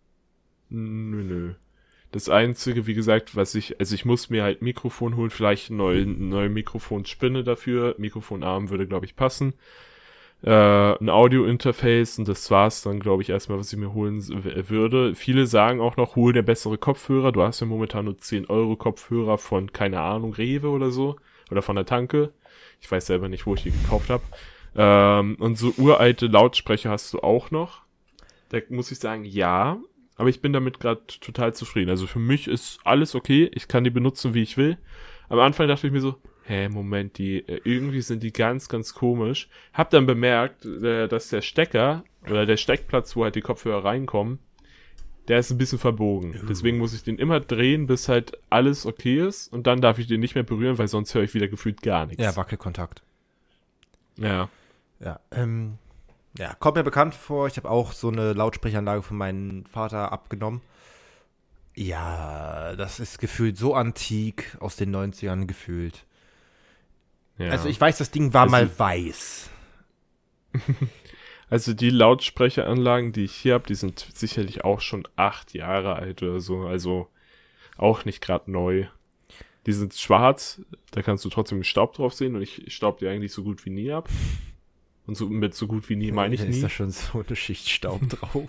Nö, nö. Das Einzige, wie gesagt, was ich, also ich muss mir halt Mikrofon holen, vielleicht eine neue, neue Mikrofonspinne dafür. Mikrofonarm würde, glaube ich, passen. Äh, ein Audio-Interface und das war's dann, glaube ich, erstmal, was ich mir holen s- w- würde. Viele sagen auch noch, hol dir bessere Kopfhörer. Du hast ja momentan nur zehn Euro Kopfhörer von, keine Ahnung, Rewe oder so. Oder von der Tanke. Ich weiß selber nicht, wo ich die gekauft habe. Ähm, und so uralte Lautsprecher hast du auch noch. Da muss ich sagen, ja. Aber ich bin damit gerade total zufrieden. Also für mich ist alles okay. Ich kann die benutzen, wie ich will. Am Anfang dachte ich mir so, hä, Moment, die äh, irgendwie sind die ganz, ganz komisch. Hab dann bemerkt, äh, dass der Stecker oder der Steckplatz, wo halt die Kopfhörer reinkommen, der ist ein bisschen verbogen. Deswegen muss ich den immer drehen, bis halt alles okay ist. Und dann darf ich den nicht mehr berühren, weil sonst höre ich wieder gefühlt gar nichts. Ja, Wackelkontakt. Ja. Ja, ähm, ja, kommt mir bekannt vor. Ich habe auch so eine Lautsprecheranlage von meinem Vater abgenommen. Ja, das ist gefühlt so antik, aus den neunzigern gefühlt. Ja. Also ich weiß, das Ding war Also- mal weiß. Also die Lautsprecheranlagen, die ich hier habe, die sind sicherlich auch schon acht Jahre alt oder so. Also auch nicht gerade neu. Die sind schwarz, da kannst du trotzdem Staub drauf sehen und ich staub die eigentlich so gut wie nie ab. Und so, mit so gut wie nie meine ich Da nie. ist da schon so eine Schicht Staub drauf.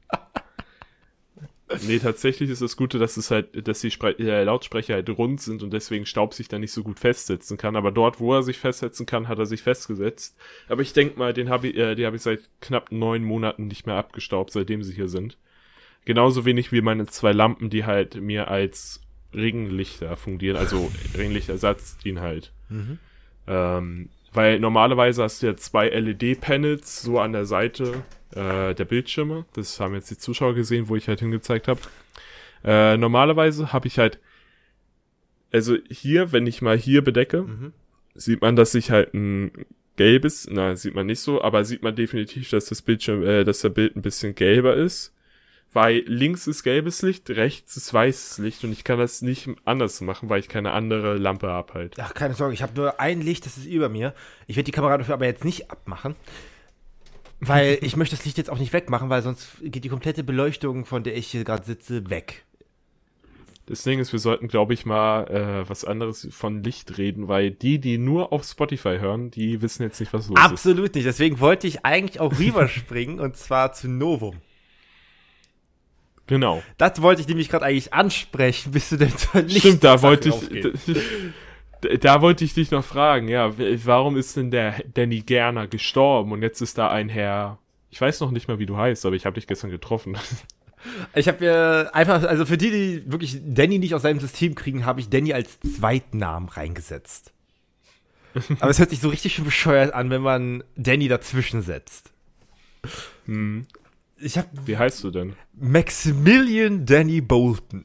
Nee, tatsächlich ist das Gute, dass es halt, dass die Spre äh, Lautsprecher halt rund sind und deswegen Staub sich da nicht so gut festsetzen kann. Aber dort, wo er sich festsetzen kann, hat er sich festgesetzt. Aber ich denk mal, den habe ich, äh, die habe ich seit knapp neun Monaten nicht mehr abgestaubt, seitdem sie hier sind. Genauso wenig wie meine zwei Lampen, die halt mir als Regenlichter fungieren, also Regenlichtersatz dienen halt. Mhm. Ähm, weil normalerweise hast du ja zwei L E D-Panels so an der Seite äh, der Bildschirme. Das haben jetzt die Zuschauer gesehen, wo ich halt hingezeigt habe. Äh, normalerweise habe ich halt, also hier, wenn ich mal hier bedecke, Mhm. sieht man, dass ich halt ein gelbes, na, sieht man nicht so, aber sieht man definitiv, dass das Bildschirm, äh, dass der Bild ein bisschen gelber ist. Weil links ist gelbes Licht, rechts ist weißes Licht und ich kann das nicht anders machen, weil ich keine andere Lampe habe halt. Ach, keine Sorge, ich habe nur ein Licht, das ist über mir. Ich werde die Kamera dafür aber jetzt nicht abmachen. Weil ich möchte das Licht jetzt auch nicht wegmachen, weil sonst geht die komplette Beleuchtung, von der ich hier gerade sitze, weg. Das Ding ist, wir sollten, glaube ich, mal äh, was anderes von Licht reden, weil die, die nur auf Spotify hören, die wissen jetzt nicht, was los ist. Absolut nicht. Deswegen wollte ich eigentlich auch rüberspringen und zwar zu Novum. Genau. Das wollte ich nämlich gerade eigentlich ansprechen, bis du denn zur Licht Stimmt, da wollte ich, aufgehst. da, da wollte ich dich noch fragen, ja, w- warum ist denn der Danny Gerner gestorben und jetzt ist da ein Herr, ich weiß noch nicht mal, wie du heißt, aber ich habe dich gestern getroffen. Ich habe mir einfach, also für die, die wirklich Danny nicht aus seinem System kriegen, habe ich Danny als Zweitnamen reingesetzt. Aber es hört sich so richtig schön bescheuert an, wenn man Danny dazwischen setzt. Hm. Ich habe Wie heißt du denn? Maximilian Danny Bolton.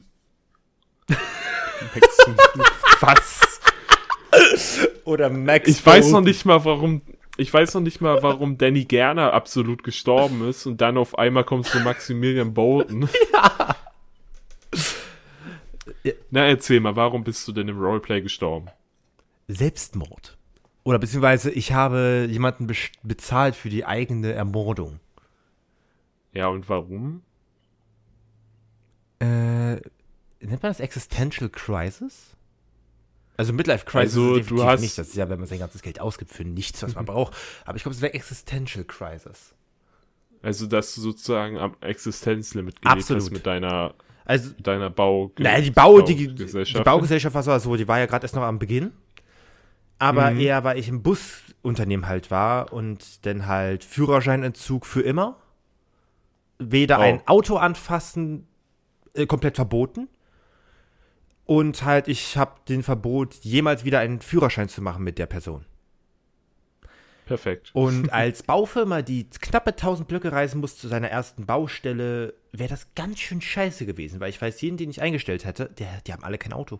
Was? Oder Max Ich weiß noch nicht mal, warum, ich weiß noch nicht mal, warum Danny Gerner absolut gestorben ist und dann auf einmal kommst du Maximilian Bolton. Ja. Na, erzähl mal, warum bist du denn im Roleplay gestorben? Selbstmord. Oder beziehungsweise ich habe jemanden be- bezahlt für die eigene Ermordung. Ja, und warum? Äh, nennt man das Existential Crisis? Also Midlife Crisis Also, ist du definitiv hast- nicht. Das ist ja, wenn man sein ganzes Geld ausgibt für nichts, was man braucht. Aber ich glaube, es wäre Existential Crisis. Also, dass du sozusagen am Existenzlimit gelebt Absolut. hast mit deiner, Also, deiner Bau... naja, die, Bau, die, die Baugesellschaft. Baugesellschaft war so, die war ja gerade erst noch am Beginn. Aber Mhm. eher, weil ich im Busunternehmen halt war und dann halt Führerscheinentzug für immer. Weder Oh. ein Auto anfassen, äh, komplett verboten. Und halt, ich habe den Verbot, jemals wieder einen Führerschein zu machen mit der Person. Perfekt. Und als Baufirma, die knappe tausend Blöcke reisen muss zu seiner ersten Baustelle, wäre das ganz schön scheiße gewesen, weil ich weiß, jeden, den ich eingestellt hätte, der, die haben alle kein Auto.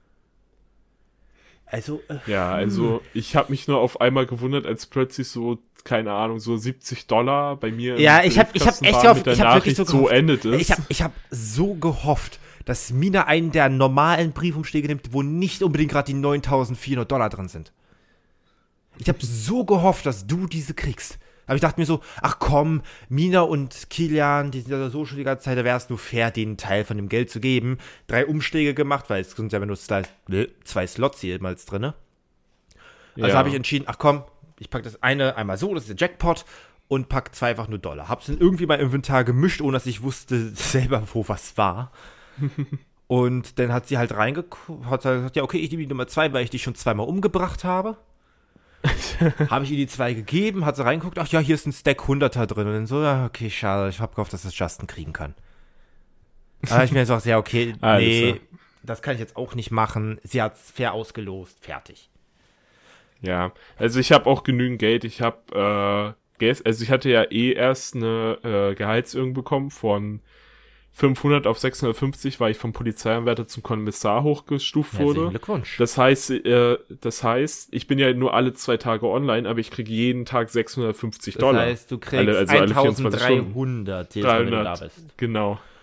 Also, äh, Ja, also ich habe mich nur auf einmal gewundert, als plötzlich so, keine Ahnung, so siebzig Dollar bei mir im ja, ich habe ich hab Briefkasten echt waren gehofft, mit der ich habe wirklich so Nachricht, so gehofft. endet es. Ich habe ich hab so gehofft, dass Mina einen der normalen Briefumschläge nimmt, wo nicht unbedingt gerade die neuntausendvierhundert Dollar drin sind. Ich habe so gehofft, dass du diese kriegst. Aber ich dachte mir so, ach komm, Mina und Kilian, die sind ja so schon die ganze Zeit, da wäre es nur fair, denen einen Teil von dem Geld zu geben. Drei Umschläge gemacht, weil es sind ja nur zwei, zwei Slots jemals drin. Also Ja. habe ich entschieden, ach komm, ich packe das eine einmal so, das ist der Jackpot, und pack zwei einfach nur Dollar. Hab's dann irgendwie mein Inventar gemischt, ohne dass ich wusste selber, wo was war. Und dann hat sie halt reingeguckt, hat gesagt, ja okay, ich nehme die Nummer zwei, weil ich die schon zweimal umgebracht habe. Habe ich ihr die zwei gegeben, hat sie reingeguckt, ach ja, hier ist ein Stack Hunderter drin. Und dann so, ja, okay, schade, ich hab gehofft, dass das Justin kriegen kann. Da habe ich mir gesagt, ja, okay, Alles nee, klar. das kann ich jetzt auch nicht machen. Sie hat's fair ausgelost, fertig. Ja, also ich habe auch genügend Geld. Ich habe, äh, gest- also ich hatte ja eh erst eine äh, Gehaltserhöhung bekommen von fünfhundert auf sechshundertfünfzig, weil ich vom Polizeianwärter zum Kommissar hochgestuft Herzlichen wurde. Glückwunsch. Das heißt, äh, das heißt, ich bin ja nur alle zwei Tage online, aber ich kriege jeden Tag sechshundertfünfzig Das Dollar. heißt, du kriegst Alle- also alle vierundzwanzig Stunden. eintausenddreihundert, jedes Mal, wenn du da dreihundert. bist. Genau.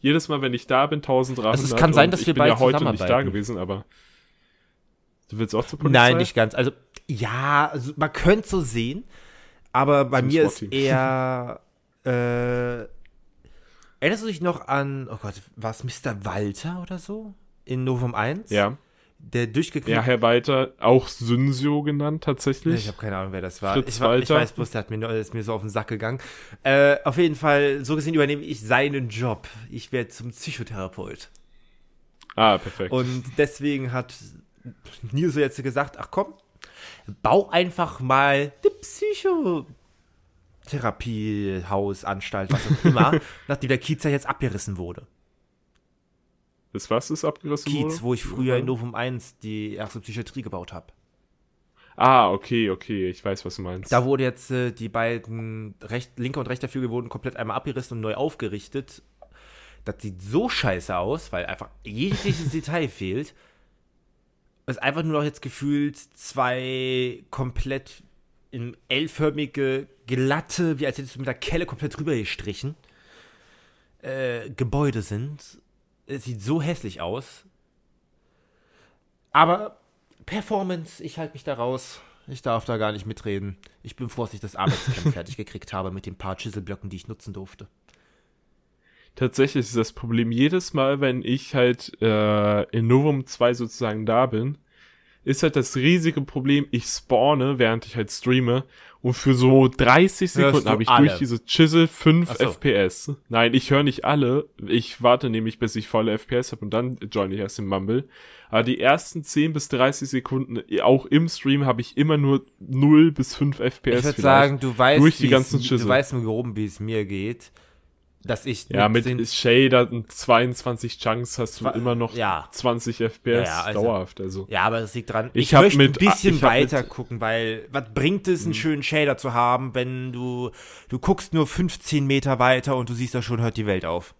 jedes Mal, wenn ich da bin, eintausenddreihundert. Also es kann sein, dass wir ich bin beide ja heute nicht da zusammenarbeiten. gewesen, aber du willst auch zur Polizei? Nein, nicht ganz. Also, ja, also man könnte so sehen, aber bei Zum mir ist SWAT-Team. eher, äh, erinnerst du dich noch an, oh Gott, war es Mister Walter oder so? In Novum eins? Ja. Der durchgekriegt. Ja, Herr Walter, auch Synsio genannt tatsächlich. Ich habe keine Ahnung, wer das war. Fritz Ich, war, ich Walter. weiß bloß, der hat mir, nur- ist mir so auf den Sack gegangen. Äh, auf jeden Fall, so gesehen übernehme ich seinen Job. Ich werde zum Psychotherapeut. Ah, perfekt. Und deswegen hat Nils so jetzt gesagt, ach komm, bau einfach mal eine Psychotherapiehaus-Anstalt, was auch immer, nachdem der Kiez ja jetzt abgerissen wurde. Das was ist abgerissen Kiez, wurde? wo ich früher in Novum eins die erste Psychiatrie gebaut habe. Ah, okay, okay, ich weiß, was du meinst. Da wurde jetzt äh, die beiden recht, linker und rechter Flügel wurden komplett einmal abgerissen und neu aufgerichtet. Das sieht so scheiße aus, weil einfach jegliches Detail fehlt. Es ist einfach nur noch jetzt gefühlt zwei komplett in L-förmige, glatte, wie als hättest du mit der Kelle komplett drüber gestrichen, äh, Gebäude sind. Es sieht so hässlich aus. Aber Performance, ich halte mich da raus. Ich darf da gar nicht mitreden. Ich bin froh, dass ich das Arbeitscamp fertig gekriegt habe mit den paar Chiselblöcken, die ich nutzen durfte. Tatsächlich ist das Problem jedes Mal, wenn ich halt äh, in Novum zwei sozusagen da bin, ist halt das riesige Problem, ich spawne, während ich halt streame und für so dreißig Hörst Sekunden du habe ich alle? durch diese Chisel fünf Ach so. F P S. Nein, ich höre nicht alle. Ich warte nämlich, bis ich volle F P S habe und dann join ich erst den Mumble. Aber die ersten zehn bis dreißig Sekunden, auch im Stream, habe ich immer nur null bis fünf F P S. Ich würde vielleicht. sagen, du weißt, Durch die wie ganzen es, Chisel. du weißt im Groben, wie es mir geht. Dass ich Ja, mit den- Shader und zweiundzwanzig Chunks hast du Zwa- immer noch ja. zwanzig F P S Ja, ja, also- dauerhaft. Also. Ja, aber es liegt dran. Ich Ich, hab möchte mit- ein bisschen ich hab weiter mit- gucken, weil was bringt es, einen Mhm. schönen Shader zu haben, wenn du du guckst nur fünfzehn Meter weiter und du siehst da schon, hört die Welt auf.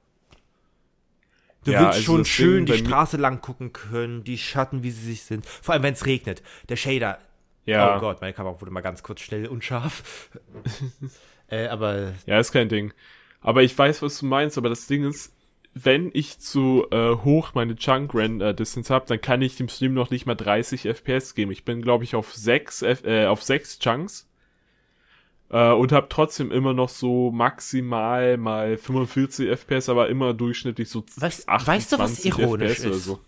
Du Ja, willst also schon das schön Ding die bei mir- Straße lang gucken können, die Schatten, wie sie sich sind. Vor allem, wenn es regnet. Der Shader. Ja. Oh Gott, meine Kamera wurde mal ganz kurz schnell unscharf. äh, aber Ja, ist kein Ding. Aber ich weiß, was du meinst, aber das Ding ist, wenn ich zu äh, hoch meine Chunk-Render-Distance habe, dann kann ich dem Stream noch nicht mal dreißig F P S geben. Ich bin, glaube ich, auf sechs F- äh, auf sechs Chunks äh, und habe trotzdem immer noch so maximal mal fünfundvierzig F P S, aber immer durchschnittlich so Weißt- weißt du, was achtundzwanzig ironisch F P S oder ist? so.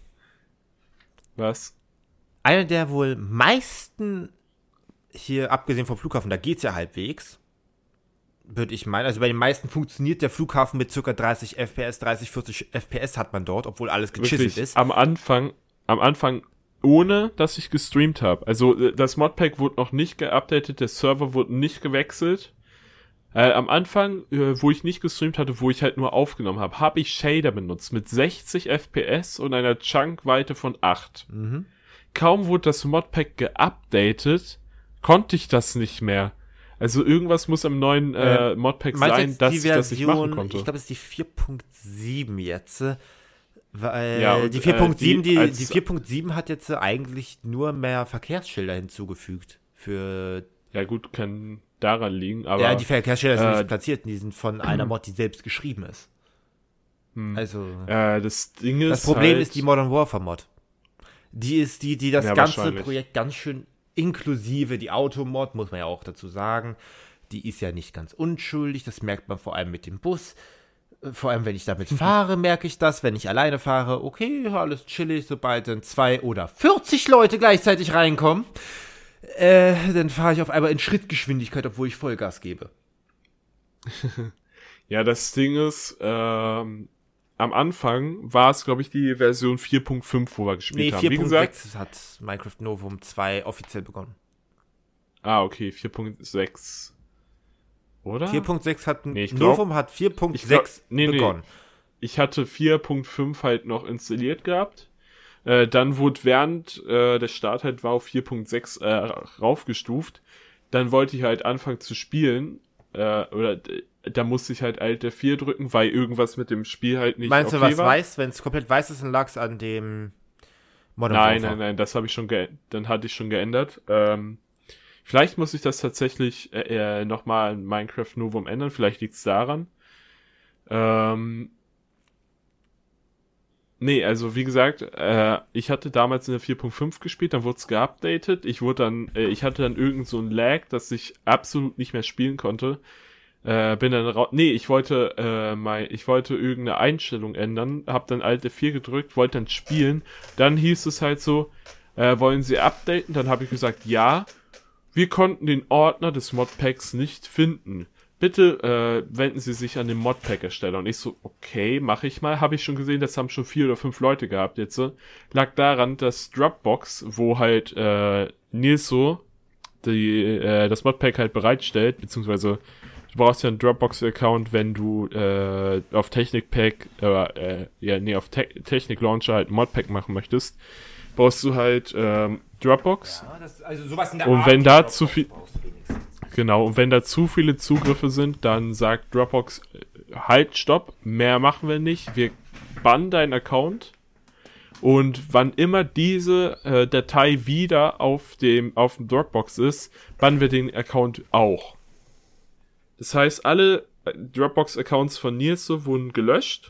Was? einer der wohl meisten hier, abgesehen vom Flughafen, da geht's ja halbwegs, würde ich meinen. Also bei den meisten funktioniert der Flughafen mit ca. dreißig F P S, dreißig, vierzig F P S hat man dort, obwohl alles gechiselt Wirklich, ist. am Anfang, am Anfang, ohne dass ich gestreamt habe. Also äh, das Modpack wurde noch nicht geupdatet, der Server wurde nicht gewechselt. Äh, am Anfang, äh, wo ich nicht gestreamt hatte, wo ich halt nur aufgenommen habe, habe ich Shader benutzt mit sechzig F P S und einer Chunkweite von acht. Mhm. Kaum wurde das Modpack geupdatet, konnte ich das nicht mehr. Also irgendwas muss am neuen äh, Äh, Modpack Meinst du sein, jetzt dass die ich das nicht machen Version, konnte. ich glaube, es ist die vier Punkt sieben jetzt. äh, Weil Ja, und, die vier Punkt sieben, äh, die die, als- die vier Punkt sieben hat jetzt äh, eigentlich nur mehr Verkehrsschilder hinzugefügt. Für Ja gut, kann daran liegen, aber ja, die Verkehrsschilder sind äh, nicht platziert, die sind von einer Mod, die selbst geschrieben ist. hm. Also äh, das Ding ist das Problem halt, ist die Modern Warfare Mod. Die ist die, die das Ja, ganze wahrscheinlich. Projekt ganz schön inklusive die Automod, muss man ja auch dazu sagen, die ist ja nicht ganz unschuldig, das merkt man vor allem mit dem Bus. Äh, Vor allem, wenn ich damit fahre, merke ich das. Wenn ich alleine fahre, okay, alles chillig, sobald dann zwei oder vierzig Leute gleichzeitig reinkommen, äh, dann fahre ich auf einmal in Schrittgeschwindigkeit, obwohl ich Vollgas gebe. Ja, das Ding ist, ähm, am Anfang war es, glaube ich, die Version vier Punkt fünf, wo wir gespielt Nee, haben. vier Wie Punkt gesagt, sechs hat Minecraft Novum zwei offiziell begonnen. ah, okay, vier Punkt sechs. Oder? vier Punkt sechs hat, Nee, ich glaub- Novum hat vier Punkt ich glaub- sechs nee, nee. begonnen. Ich hatte vier Punkt fünf halt noch installiert gehabt. Äh, dann wurde während äh, der Start halt war auf vier Punkt sechs äh, raufgestuft. Dann wollte ich halt anfangen zu spielen. Äh, oder d- da musste ich halt Alt F vier drücken, weil irgendwas mit dem Spiel halt nicht Meinst du, okay was war. weiß? Wenn es komplett weiß ist, dann lag es an dem Modern Nein, Warfare. nein, nein, das habe ich schon ge dann hatte ich schon geändert. Ähm, vielleicht muss ich das tatsächlich äh, äh, nochmal in Minecraft Novum ändern, vielleicht liegt's daran. Ähm, Nee, also wie gesagt, äh, ich hatte damals in der vier Punkt fünf gespielt, dann wurde es geupdatet. Ich wurde dann, äh, ich hatte dann irgend so ein Lag, dass ich absolut nicht mehr spielen konnte. Äh, bin dann raus. Nee, ich wollte, äh, mein, ich wollte irgendeine Einstellung ändern, hab dann Alt F vier gedrückt, wollte dann spielen. Dann hieß es halt so, äh, wollen Sie updaten? Dann habe ich gesagt, ja. Wir konnten den Ordner des Modpacks nicht finden. Bitte äh, wenden Sie sich an den Modpack-Ersteller. Und ich so, okay, mache ich mal. Habe ich schon gesehen, das haben schon vier oder fünf Leute gehabt jetzt. Lag daran, dass Dropbox, wo halt äh, Nilso die, äh, das Modpack halt bereitstellt, beziehungsweise du brauchst ja einen Dropbox-Account, wenn du äh, auf Technikpack, äh, äh, ja, nee, auf Te- Technik-Launcher halt ein Modpack machen möchtest, brauchst du halt ähm, Dropbox. Ja, das, also sowas in der Und Art wenn da Dropbox zu viel... brauchst du wenigstens. Genau, und wenn da zu viele Zugriffe sind, dann sagt Dropbox, halt, stopp, mehr machen wir nicht, wir bannen deinen Account und wann immer diese äh, Datei wieder auf dem, auf dem Dropbox ist, bannen wir den Account auch. Das heißt, alle Dropbox-Accounts von Nilso wurden gelöscht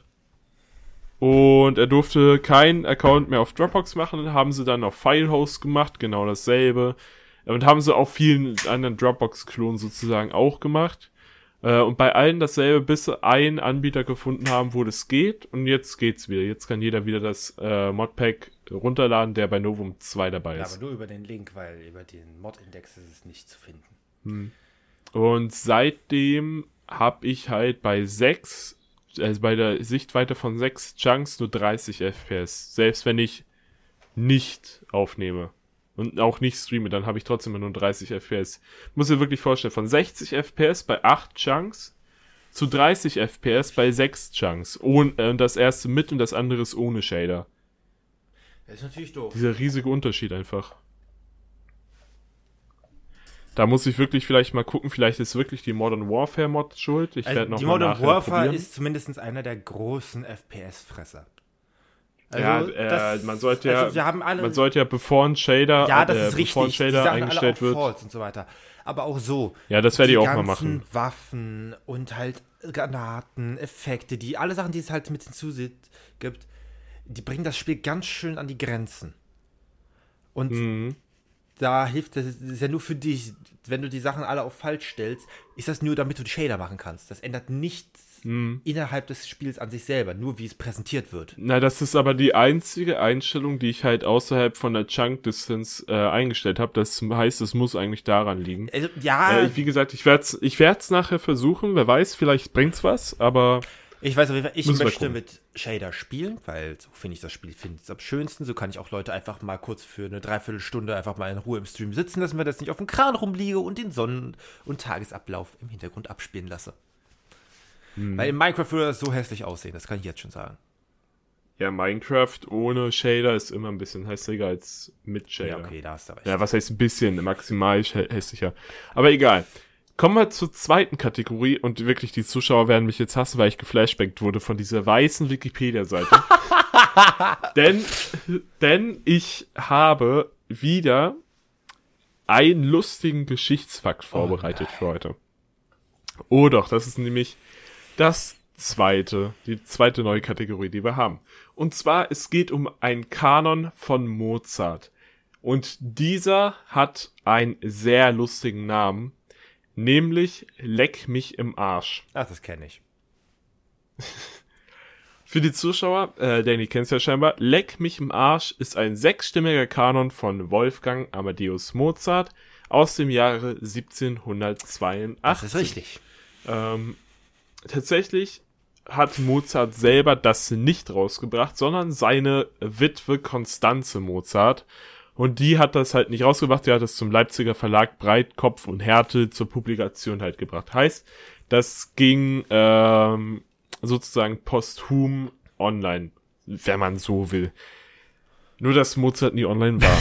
und er durfte keinen Account mehr auf Dropbox machen, haben sie dann auf Filehost gemacht, genau dasselbe. Und haben sie auf vielen anderen Dropbox-Klonen sozusagen auch gemacht. Äh, und bei allen dasselbe, bis sie einen Anbieter gefunden haben, wo das geht. Und jetzt geht's wieder. Jetzt kann jeder wieder das äh, Modpack runterladen, der bei Novum zwei dabei Ja, ist. aber nur über den Link, weil über den Mod-Index ist es nicht zu finden. Hm. Und seitdem habe ich halt bei sechs, also bei der Sichtweite von sechs Chunks nur dreißig F P S. Selbst wenn ich nicht aufnehme. Und auch nicht streame, dann habe ich trotzdem nur dreißig F P S. Muss dir wirklich vorstellen, von sechzig F P S bei acht Chunks zu dreißig F P S bei sechs Chunks. Und äh, das erste mit und das andere ist ohne Shader. Das ist natürlich doof. Dieser riesige Unterschied einfach. Da muss ich wirklich vielleicht mal gucken, vielleicht ist wirklich die Modern Warfare Mod schuld. Ich Also werde noch die mal Modern nachher Warfare probieren. ist zumindest einer der großen F P S-Fresser. Ja, äh, man sollte ja, also wir haben alle, man sollte ja, bevor ein Shader, ja, das äh, ist bevor ein richtig, Shader die Sachen eingestellt alle auf wird. False und so weiter. Aber auch so. Ja, das werde ich auch mal Die machen. ganzen Waffen und halt Granaten, Effekte, die alle Sachen, die es halt mit hinzusieht, gibt, die bringen das Spiel ganz schön an die Grenzen. Und Mhm. da hilft das, das ist ja nur für dich, wenn du die Sachen alle auf falsch stellst, ist das nur, damit du die Shader machen kannst. Das ändert nichts Mhm. innerhalb des Spiels an sich selber, nur wie es präsentiert wird. Na, das ist aber die einzige Einstellung, die ich halt außerhalb von der Chunk Distance äh, eingestellt habe. Das heißt, es muss eigentlich daran liegen. Also, ja, Äh, ich, wie gesagt, ich werde es ich werd's nachher versuchen. Wer weiß, vielleicht bringt's was, aber ich weiß auf jeden Fall, ich Müssen wir möchte gucken. mit Shader spielen, weil so finde ich das Spiel finde ich am schönsten. So kann ich auch Leute einfach mal kurz für eine Dreiviertelstunde einfach mal in Ruhe im Stream sitzen lassen, weil das nicht auf dem Kran rumliege und den Sonnen- und Tagesablauf im Hintergrund abspielen lasse. hm. Weil in Minecraft würde das so hässlich aussehen, das kann ich jetzt schon sagen. ja, Minecraft ohne Shader ist immer ein bisschen hässlicher als mit Shader. Ja, okay, da hast du recht. Ja, was heißt ein bisschen, maximal hä- hässlicher. Aber egal. Kommen wir zur zweiten Kategorie und wirklich, die Zuschauer werden mich jetzt hassen, weil ich geflashbackt wurde von dieser weißen Wikipedia-Seite. denn, denn ich habe wieder einen lustigen Geschichtsfakt vorbereitet für heute. Oh doch, das ist nämlich das zweite, die zweite neue Kategorie, die wir haben. Und zwar, es geht um einen Kanon von Mozart. Und dieser hat einen sehr lustigen Namen, nämlich Leck mich im Arsch. Ach, das kenne ich. Für die Zuschauer, äh, Danny kennt's ja scheinbar, Leck mich im Arsch ist ein sechsstimmiger Kanon von Wolfgang Amadeus Mozart aus dem Jahre siebzehnhundertzweiundachtzig. Das ist richtig. Ähm, tatsächlich hat Mozart selber das nicht rausgebracht, sondern seine Witwe Konstanze Mozart. Und die hat das halt nicht rausgebracht, die hat es zum Leipziger Verlag Breitkopf und Härte zur Publikation halt gebracht. Heißt, das ging ähm, sozusagen posthum online, wenn man so will. Nur, dass Mozart nie online war.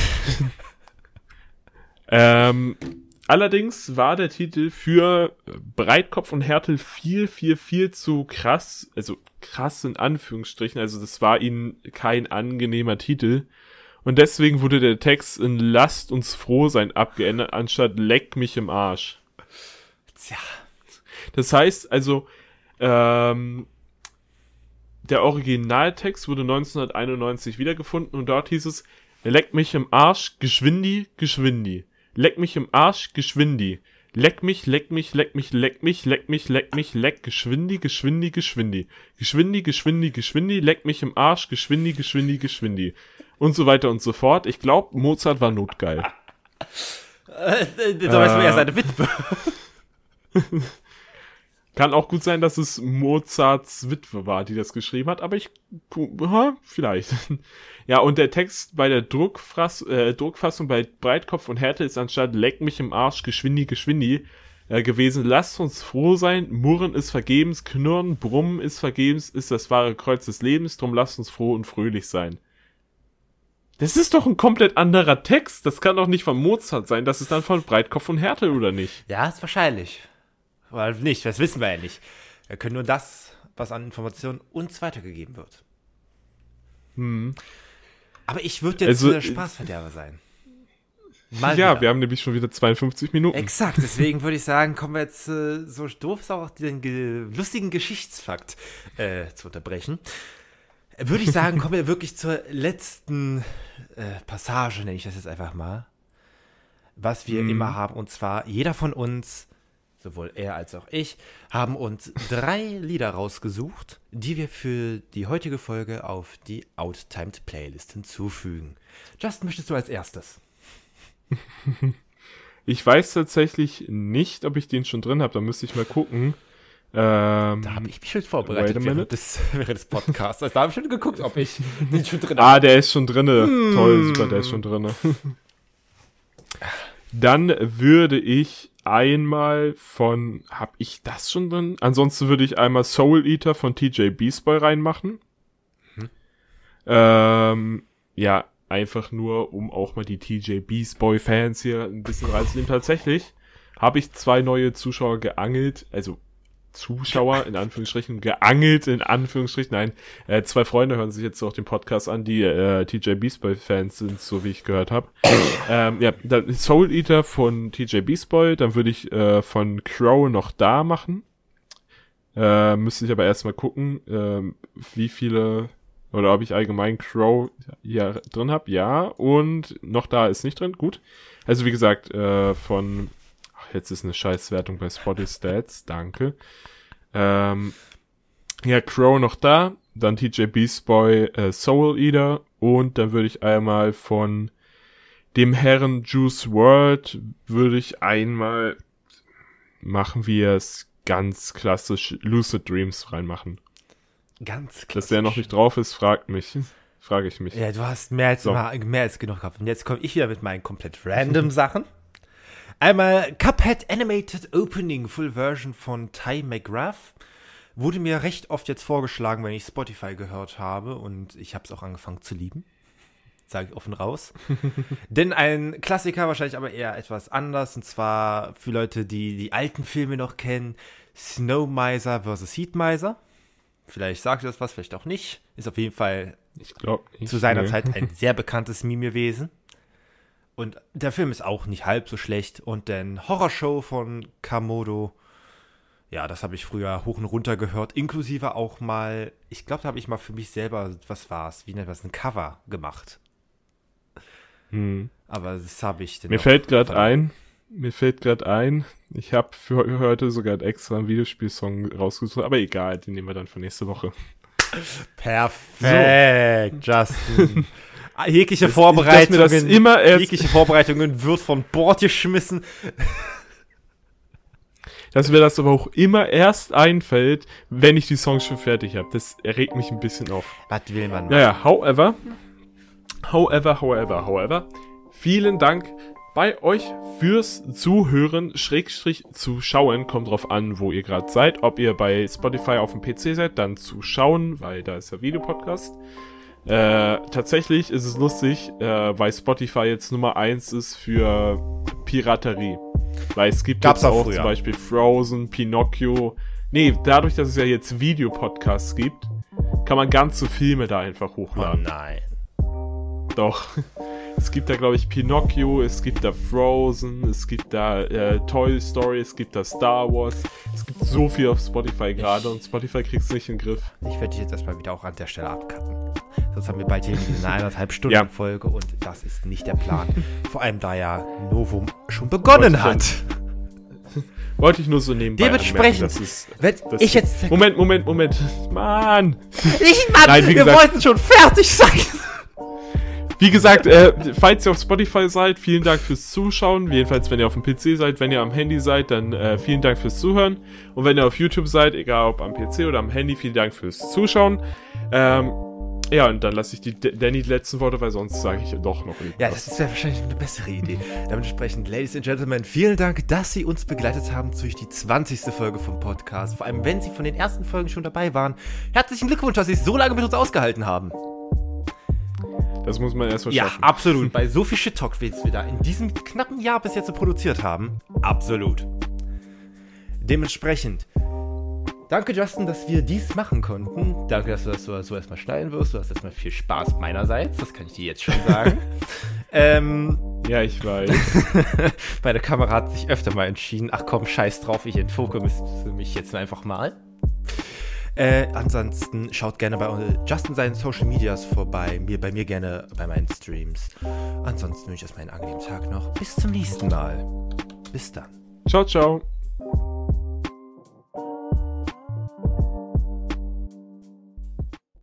ähm, allerdings war der Titel für Breitkopf und Härtel viel, viel, viel zu krass, also krass in Anführungsstrichen, also das war ihnen kein angenehmer Titel. Und deswegen wurde der Text in Lasst uns froh sein abgeändert, anstatt Leck mich im Arsch. Tja. Das heißt also, ähm, der Originaltext wurde neunzehnhunderteinundneunzig wiedergefunden und dort hieß es, leck mich im Arsch, geschwindi, geschwindi. Leck mich im Arsch, geschwindi. Leck mich, leck mich, leck mich, leck mich, leck mich, leck mich, leck, geschwindi, geschwindi, geschwindi. Geschwindi, geschwindi, geschwindi, leck mich im Arsch, geschwindi, geschwindi, geschwindi. Und so weiter und so fort. Ich glaube, Mozart war notgeil. Äh, so weiß man ja seine Witwe. Kann auch gut sein, dass es Mozarts Witwe war, die das geschrieben hat, aber ich, ha, vielleicht. Ja, und der Text bei der Druckfass, äh, Druckfassung bei Breitkopf und Härte ist anstatt leck mich im Arsch, geschwindi, geschwindi, äh, gewesen. Lasst uns froh sein, murren ist vergebens, knurren, brummen ist vergebens, ist das wahre Kreuz des Lebens, drum lasst uns froh und fröhlich sein. Das ist doch ein komplett anderer Text. Das kann doch nicht von Mozart sein. Das ist dann von Breitkopf und Härte, oder nicht? Ja, ist wahrscheinlich. Oder nicht, das wissen wir ja nicht. Wir können nur das, was an Informationen uns weitergegeben wird. Hm. Aber ich würde jetzt also, der Spaßverderber sein. Mal ja, wieder. Wir haben nämlich schon wieder zweiundfünfzig Minuten. Exakt, deswegen würde ich sagen, kommen wir jetzt, äh, so doof ist auch den ge- lustigen Geschichtsfakt äh, zu unterbrechen. Würde ich sagen, kommen wir wirklich zur letzten äh, Passage, nenne ich das jetzt einfach mal. Was wir hm. immer haben, und zwar jeder von uns, sowohl er als auch ich, haben uns drei Lieder rausgesucht, die wir für die heutige Folge auf die Outtimed Playlist hinzufügen. Justin, möchtest du als erstes? Ich weiß tatsächlich nicht, ob ich den schon drin habe, da müsste ich mal gucken. Ähm, da habe ich mich schon vorbereitet während des, während des Podcasts. Also da habe ich schon geguckt, ob ich den schon drin habe. Ah, der ist schon drinne. Mm. Toll, super, der ist schon drinne. Dann würde ich einmal von, hab ich das schon drin? Ansonsten würde ich einmal Soul Eater von T J Beast Boy reinmachen. Hm. Ähm, ja, einfach nur, um auch mal die T J Beast Boy Fans hier ein bisschen reinzunehmen. Tatsächlich habe ich zwei neue Zuschauer geangelt, also Zuschauer in Anführungsstrichen, geangelt in Anführungsstrichen, nein, äh, zwei Freunde hören sich jetzt auch den Podcast an, die äh, T J Beast Boy Fans sind, so wie ich gehört habe. ähm, ja, dann Soul Eater von T J Beast Boy, dann würde ich äh, von Crow noch da machen. Äh, müsste ich aber erstmal gucken, äh, wie viele, oder ob ich allgemein Crow hier drin habe, ja, und noch da ist nicht drin, gut. Also wie gesagt, äh, von Jetzt ist eine Scheißwertung bei Spotify Stats, danke. Ähm, ja, Crow noch da, dann T J Beast Boy, äh, Soul Eater und dann würde ich einmal von dem Herren Juice world würde ich einmal, machen wir es ganz klassisch, Lucid Dreams reinmachen. Ganz klassisch. Dass der noch nicht drauf ist, fragt mich. Frage ich mich. Ja, du hast mehr als, so. mal, mehr als genug gehabt. Und jetzt komme ich wieder mit meinen komplett random Sachen. Einmal Cuphead Animated Opening Full Version von Ty McGrath. Wurde mir recht oft jetzt vorgeschlagen, wenn ich Spotify gehört habe. Und ich habe es auch angefangen zu lieben. Sage ich offen raus. Denn ein Klassiker, wahrscheinlich aber eher etwas anders. Und zwar für Leute, die die alten Filme noch kennen. Snow Miser versus Heat Miser. Vielleicht sagt ihr das was, vielleicht auch nicht. Ist auf jeden Fall ich glaub nicht, zu seiner nee. Zeit ein sehr bekanntes Meme gewesen. Und der Film ist auch nicht halb so schlecht. Und den Horrorshow von Kamodo, ja, das habe ich früher hoch und runter gehört. Inklusive auch mal, ich glaube, da habe ich mal für mich selber, was war es, wie nennt man das, ein Cover gemacht. Hm. Aber das habe ich... Mir fällt gerade ein, mir fällt gerade ein, ich habe für heute sogar extra einen Videospielsong rausgesucht. Aber egal, den nehmen wir dann für nächste Woche. Perfekt, so. Justin. Jegliche Vorbereitungen, das immer erst jegliche Vorbereitungen wird von Bord geschmissen. Dass mir das aber auch immer erst einfällt, wenn ich die Songs schon fertig habe. Das erregt mich ein bisschen auf. Was will man machen? Naja, however, however, however, however, vielen Dank bei euch fürs Zuhören, Schrägstrich zuschauen. Kommt drauf an, wo ihr gerade seid. Ob ihr bei Spotify auf dem P C seid, dann zuschauen, weil da ist ja Videopodcast. Äh, tatsächlich ist es lustig, äh, weil Spotify jetzt Nummer eins ist für Piraterie. Weil es gibt Gab's jetzt auch, auch zum Beispiel Frozen, Pinocchio. Nee, dadurch, dass es ja jetzt Videopodcasts gibt, kann man ganze Filme da einfach hochladen. Oh nein. Doch. Es gibt da, glaube ich, Pinocchio, es gibt da Frozen, es gibt da äh, Toy Story, es gibt da Star Wars. Es gibt so viel auf Spotify gerade und Spotify kriegt es nicht in den Griff. Ich werde dich jetzt erstmal wieder auch an der Stelle abcutten. Sonst haben wir bald hier eine eineinhalb Stunden Ja. Folge und das ist nicht der Plan. Vor allem, da ja Novum schon begonnen hat. Wollte ich nur so nebenbei Dementsprechend, anmerken, das ist, wenn das ich jetzt... Moment, Moment, Moment. Mann! Ich, Mann, Nein, wie wir gesagt- wollten schon fertig sein. Wie gesagt, äh, falls ihr auf Spotify seid, vielen Dank fürs Zuschauen. Jedenfalls, wenn ihr auf dem P C seid, wenn ihr am Handy seid, dann äh, vielen Dank fürs Zuhören. Und wenn ihr auf YouTube seid, egal ob am P C oder am Handy, vielen Dank fürs Zuschauen. Ähm, ja, und dann lasse ich die D- Danny die letzten Worte, weil sonst sage ich doch noch nicht. Ja, das ist ja wahrscheinlich eine bessere Idee. Dementsprechend, Ladies and Gentlemen, vielen Dank, dass Sie uns begleitet haben durch die zwanzigste Folge vom Podcast. Vor allem, wenn Sie von den ersten Folgen schon dabei waren. Herzlichen Glückwunsch, dass Sie es so lange mit uns ausgehalten haben. Das muss man erstmal Ja, schaffen. absolut. Bei so viel Shit-Talk, wie wir da in diesem knappen Jahr bis jetzt so produziert haben. Absolut. Dementsprechend, danke Justin, dass wir dies machen konnten. Danke, dass du das so, so erstmal schneiden wirst. Du hast erstmal viel Spaß meinerseits. Das kann ich dir jetzt schon sagen. ähm... Ja, ich weiß. Meine Kamera hat sich öfter mal entschieden, ach komm, scheiß drauf, ich entfokusse mich jetzt einfach mal. Äh, ansonsten schaut gerne bei Justin seinen Social Medias vorbei, mir bei mir gerne bei meinen Streams. Ansonsten wünsche ich erstmal einen angenehmen Tag noch. Bis zum nächsten Mal. Bis dann. Ciao, ciao.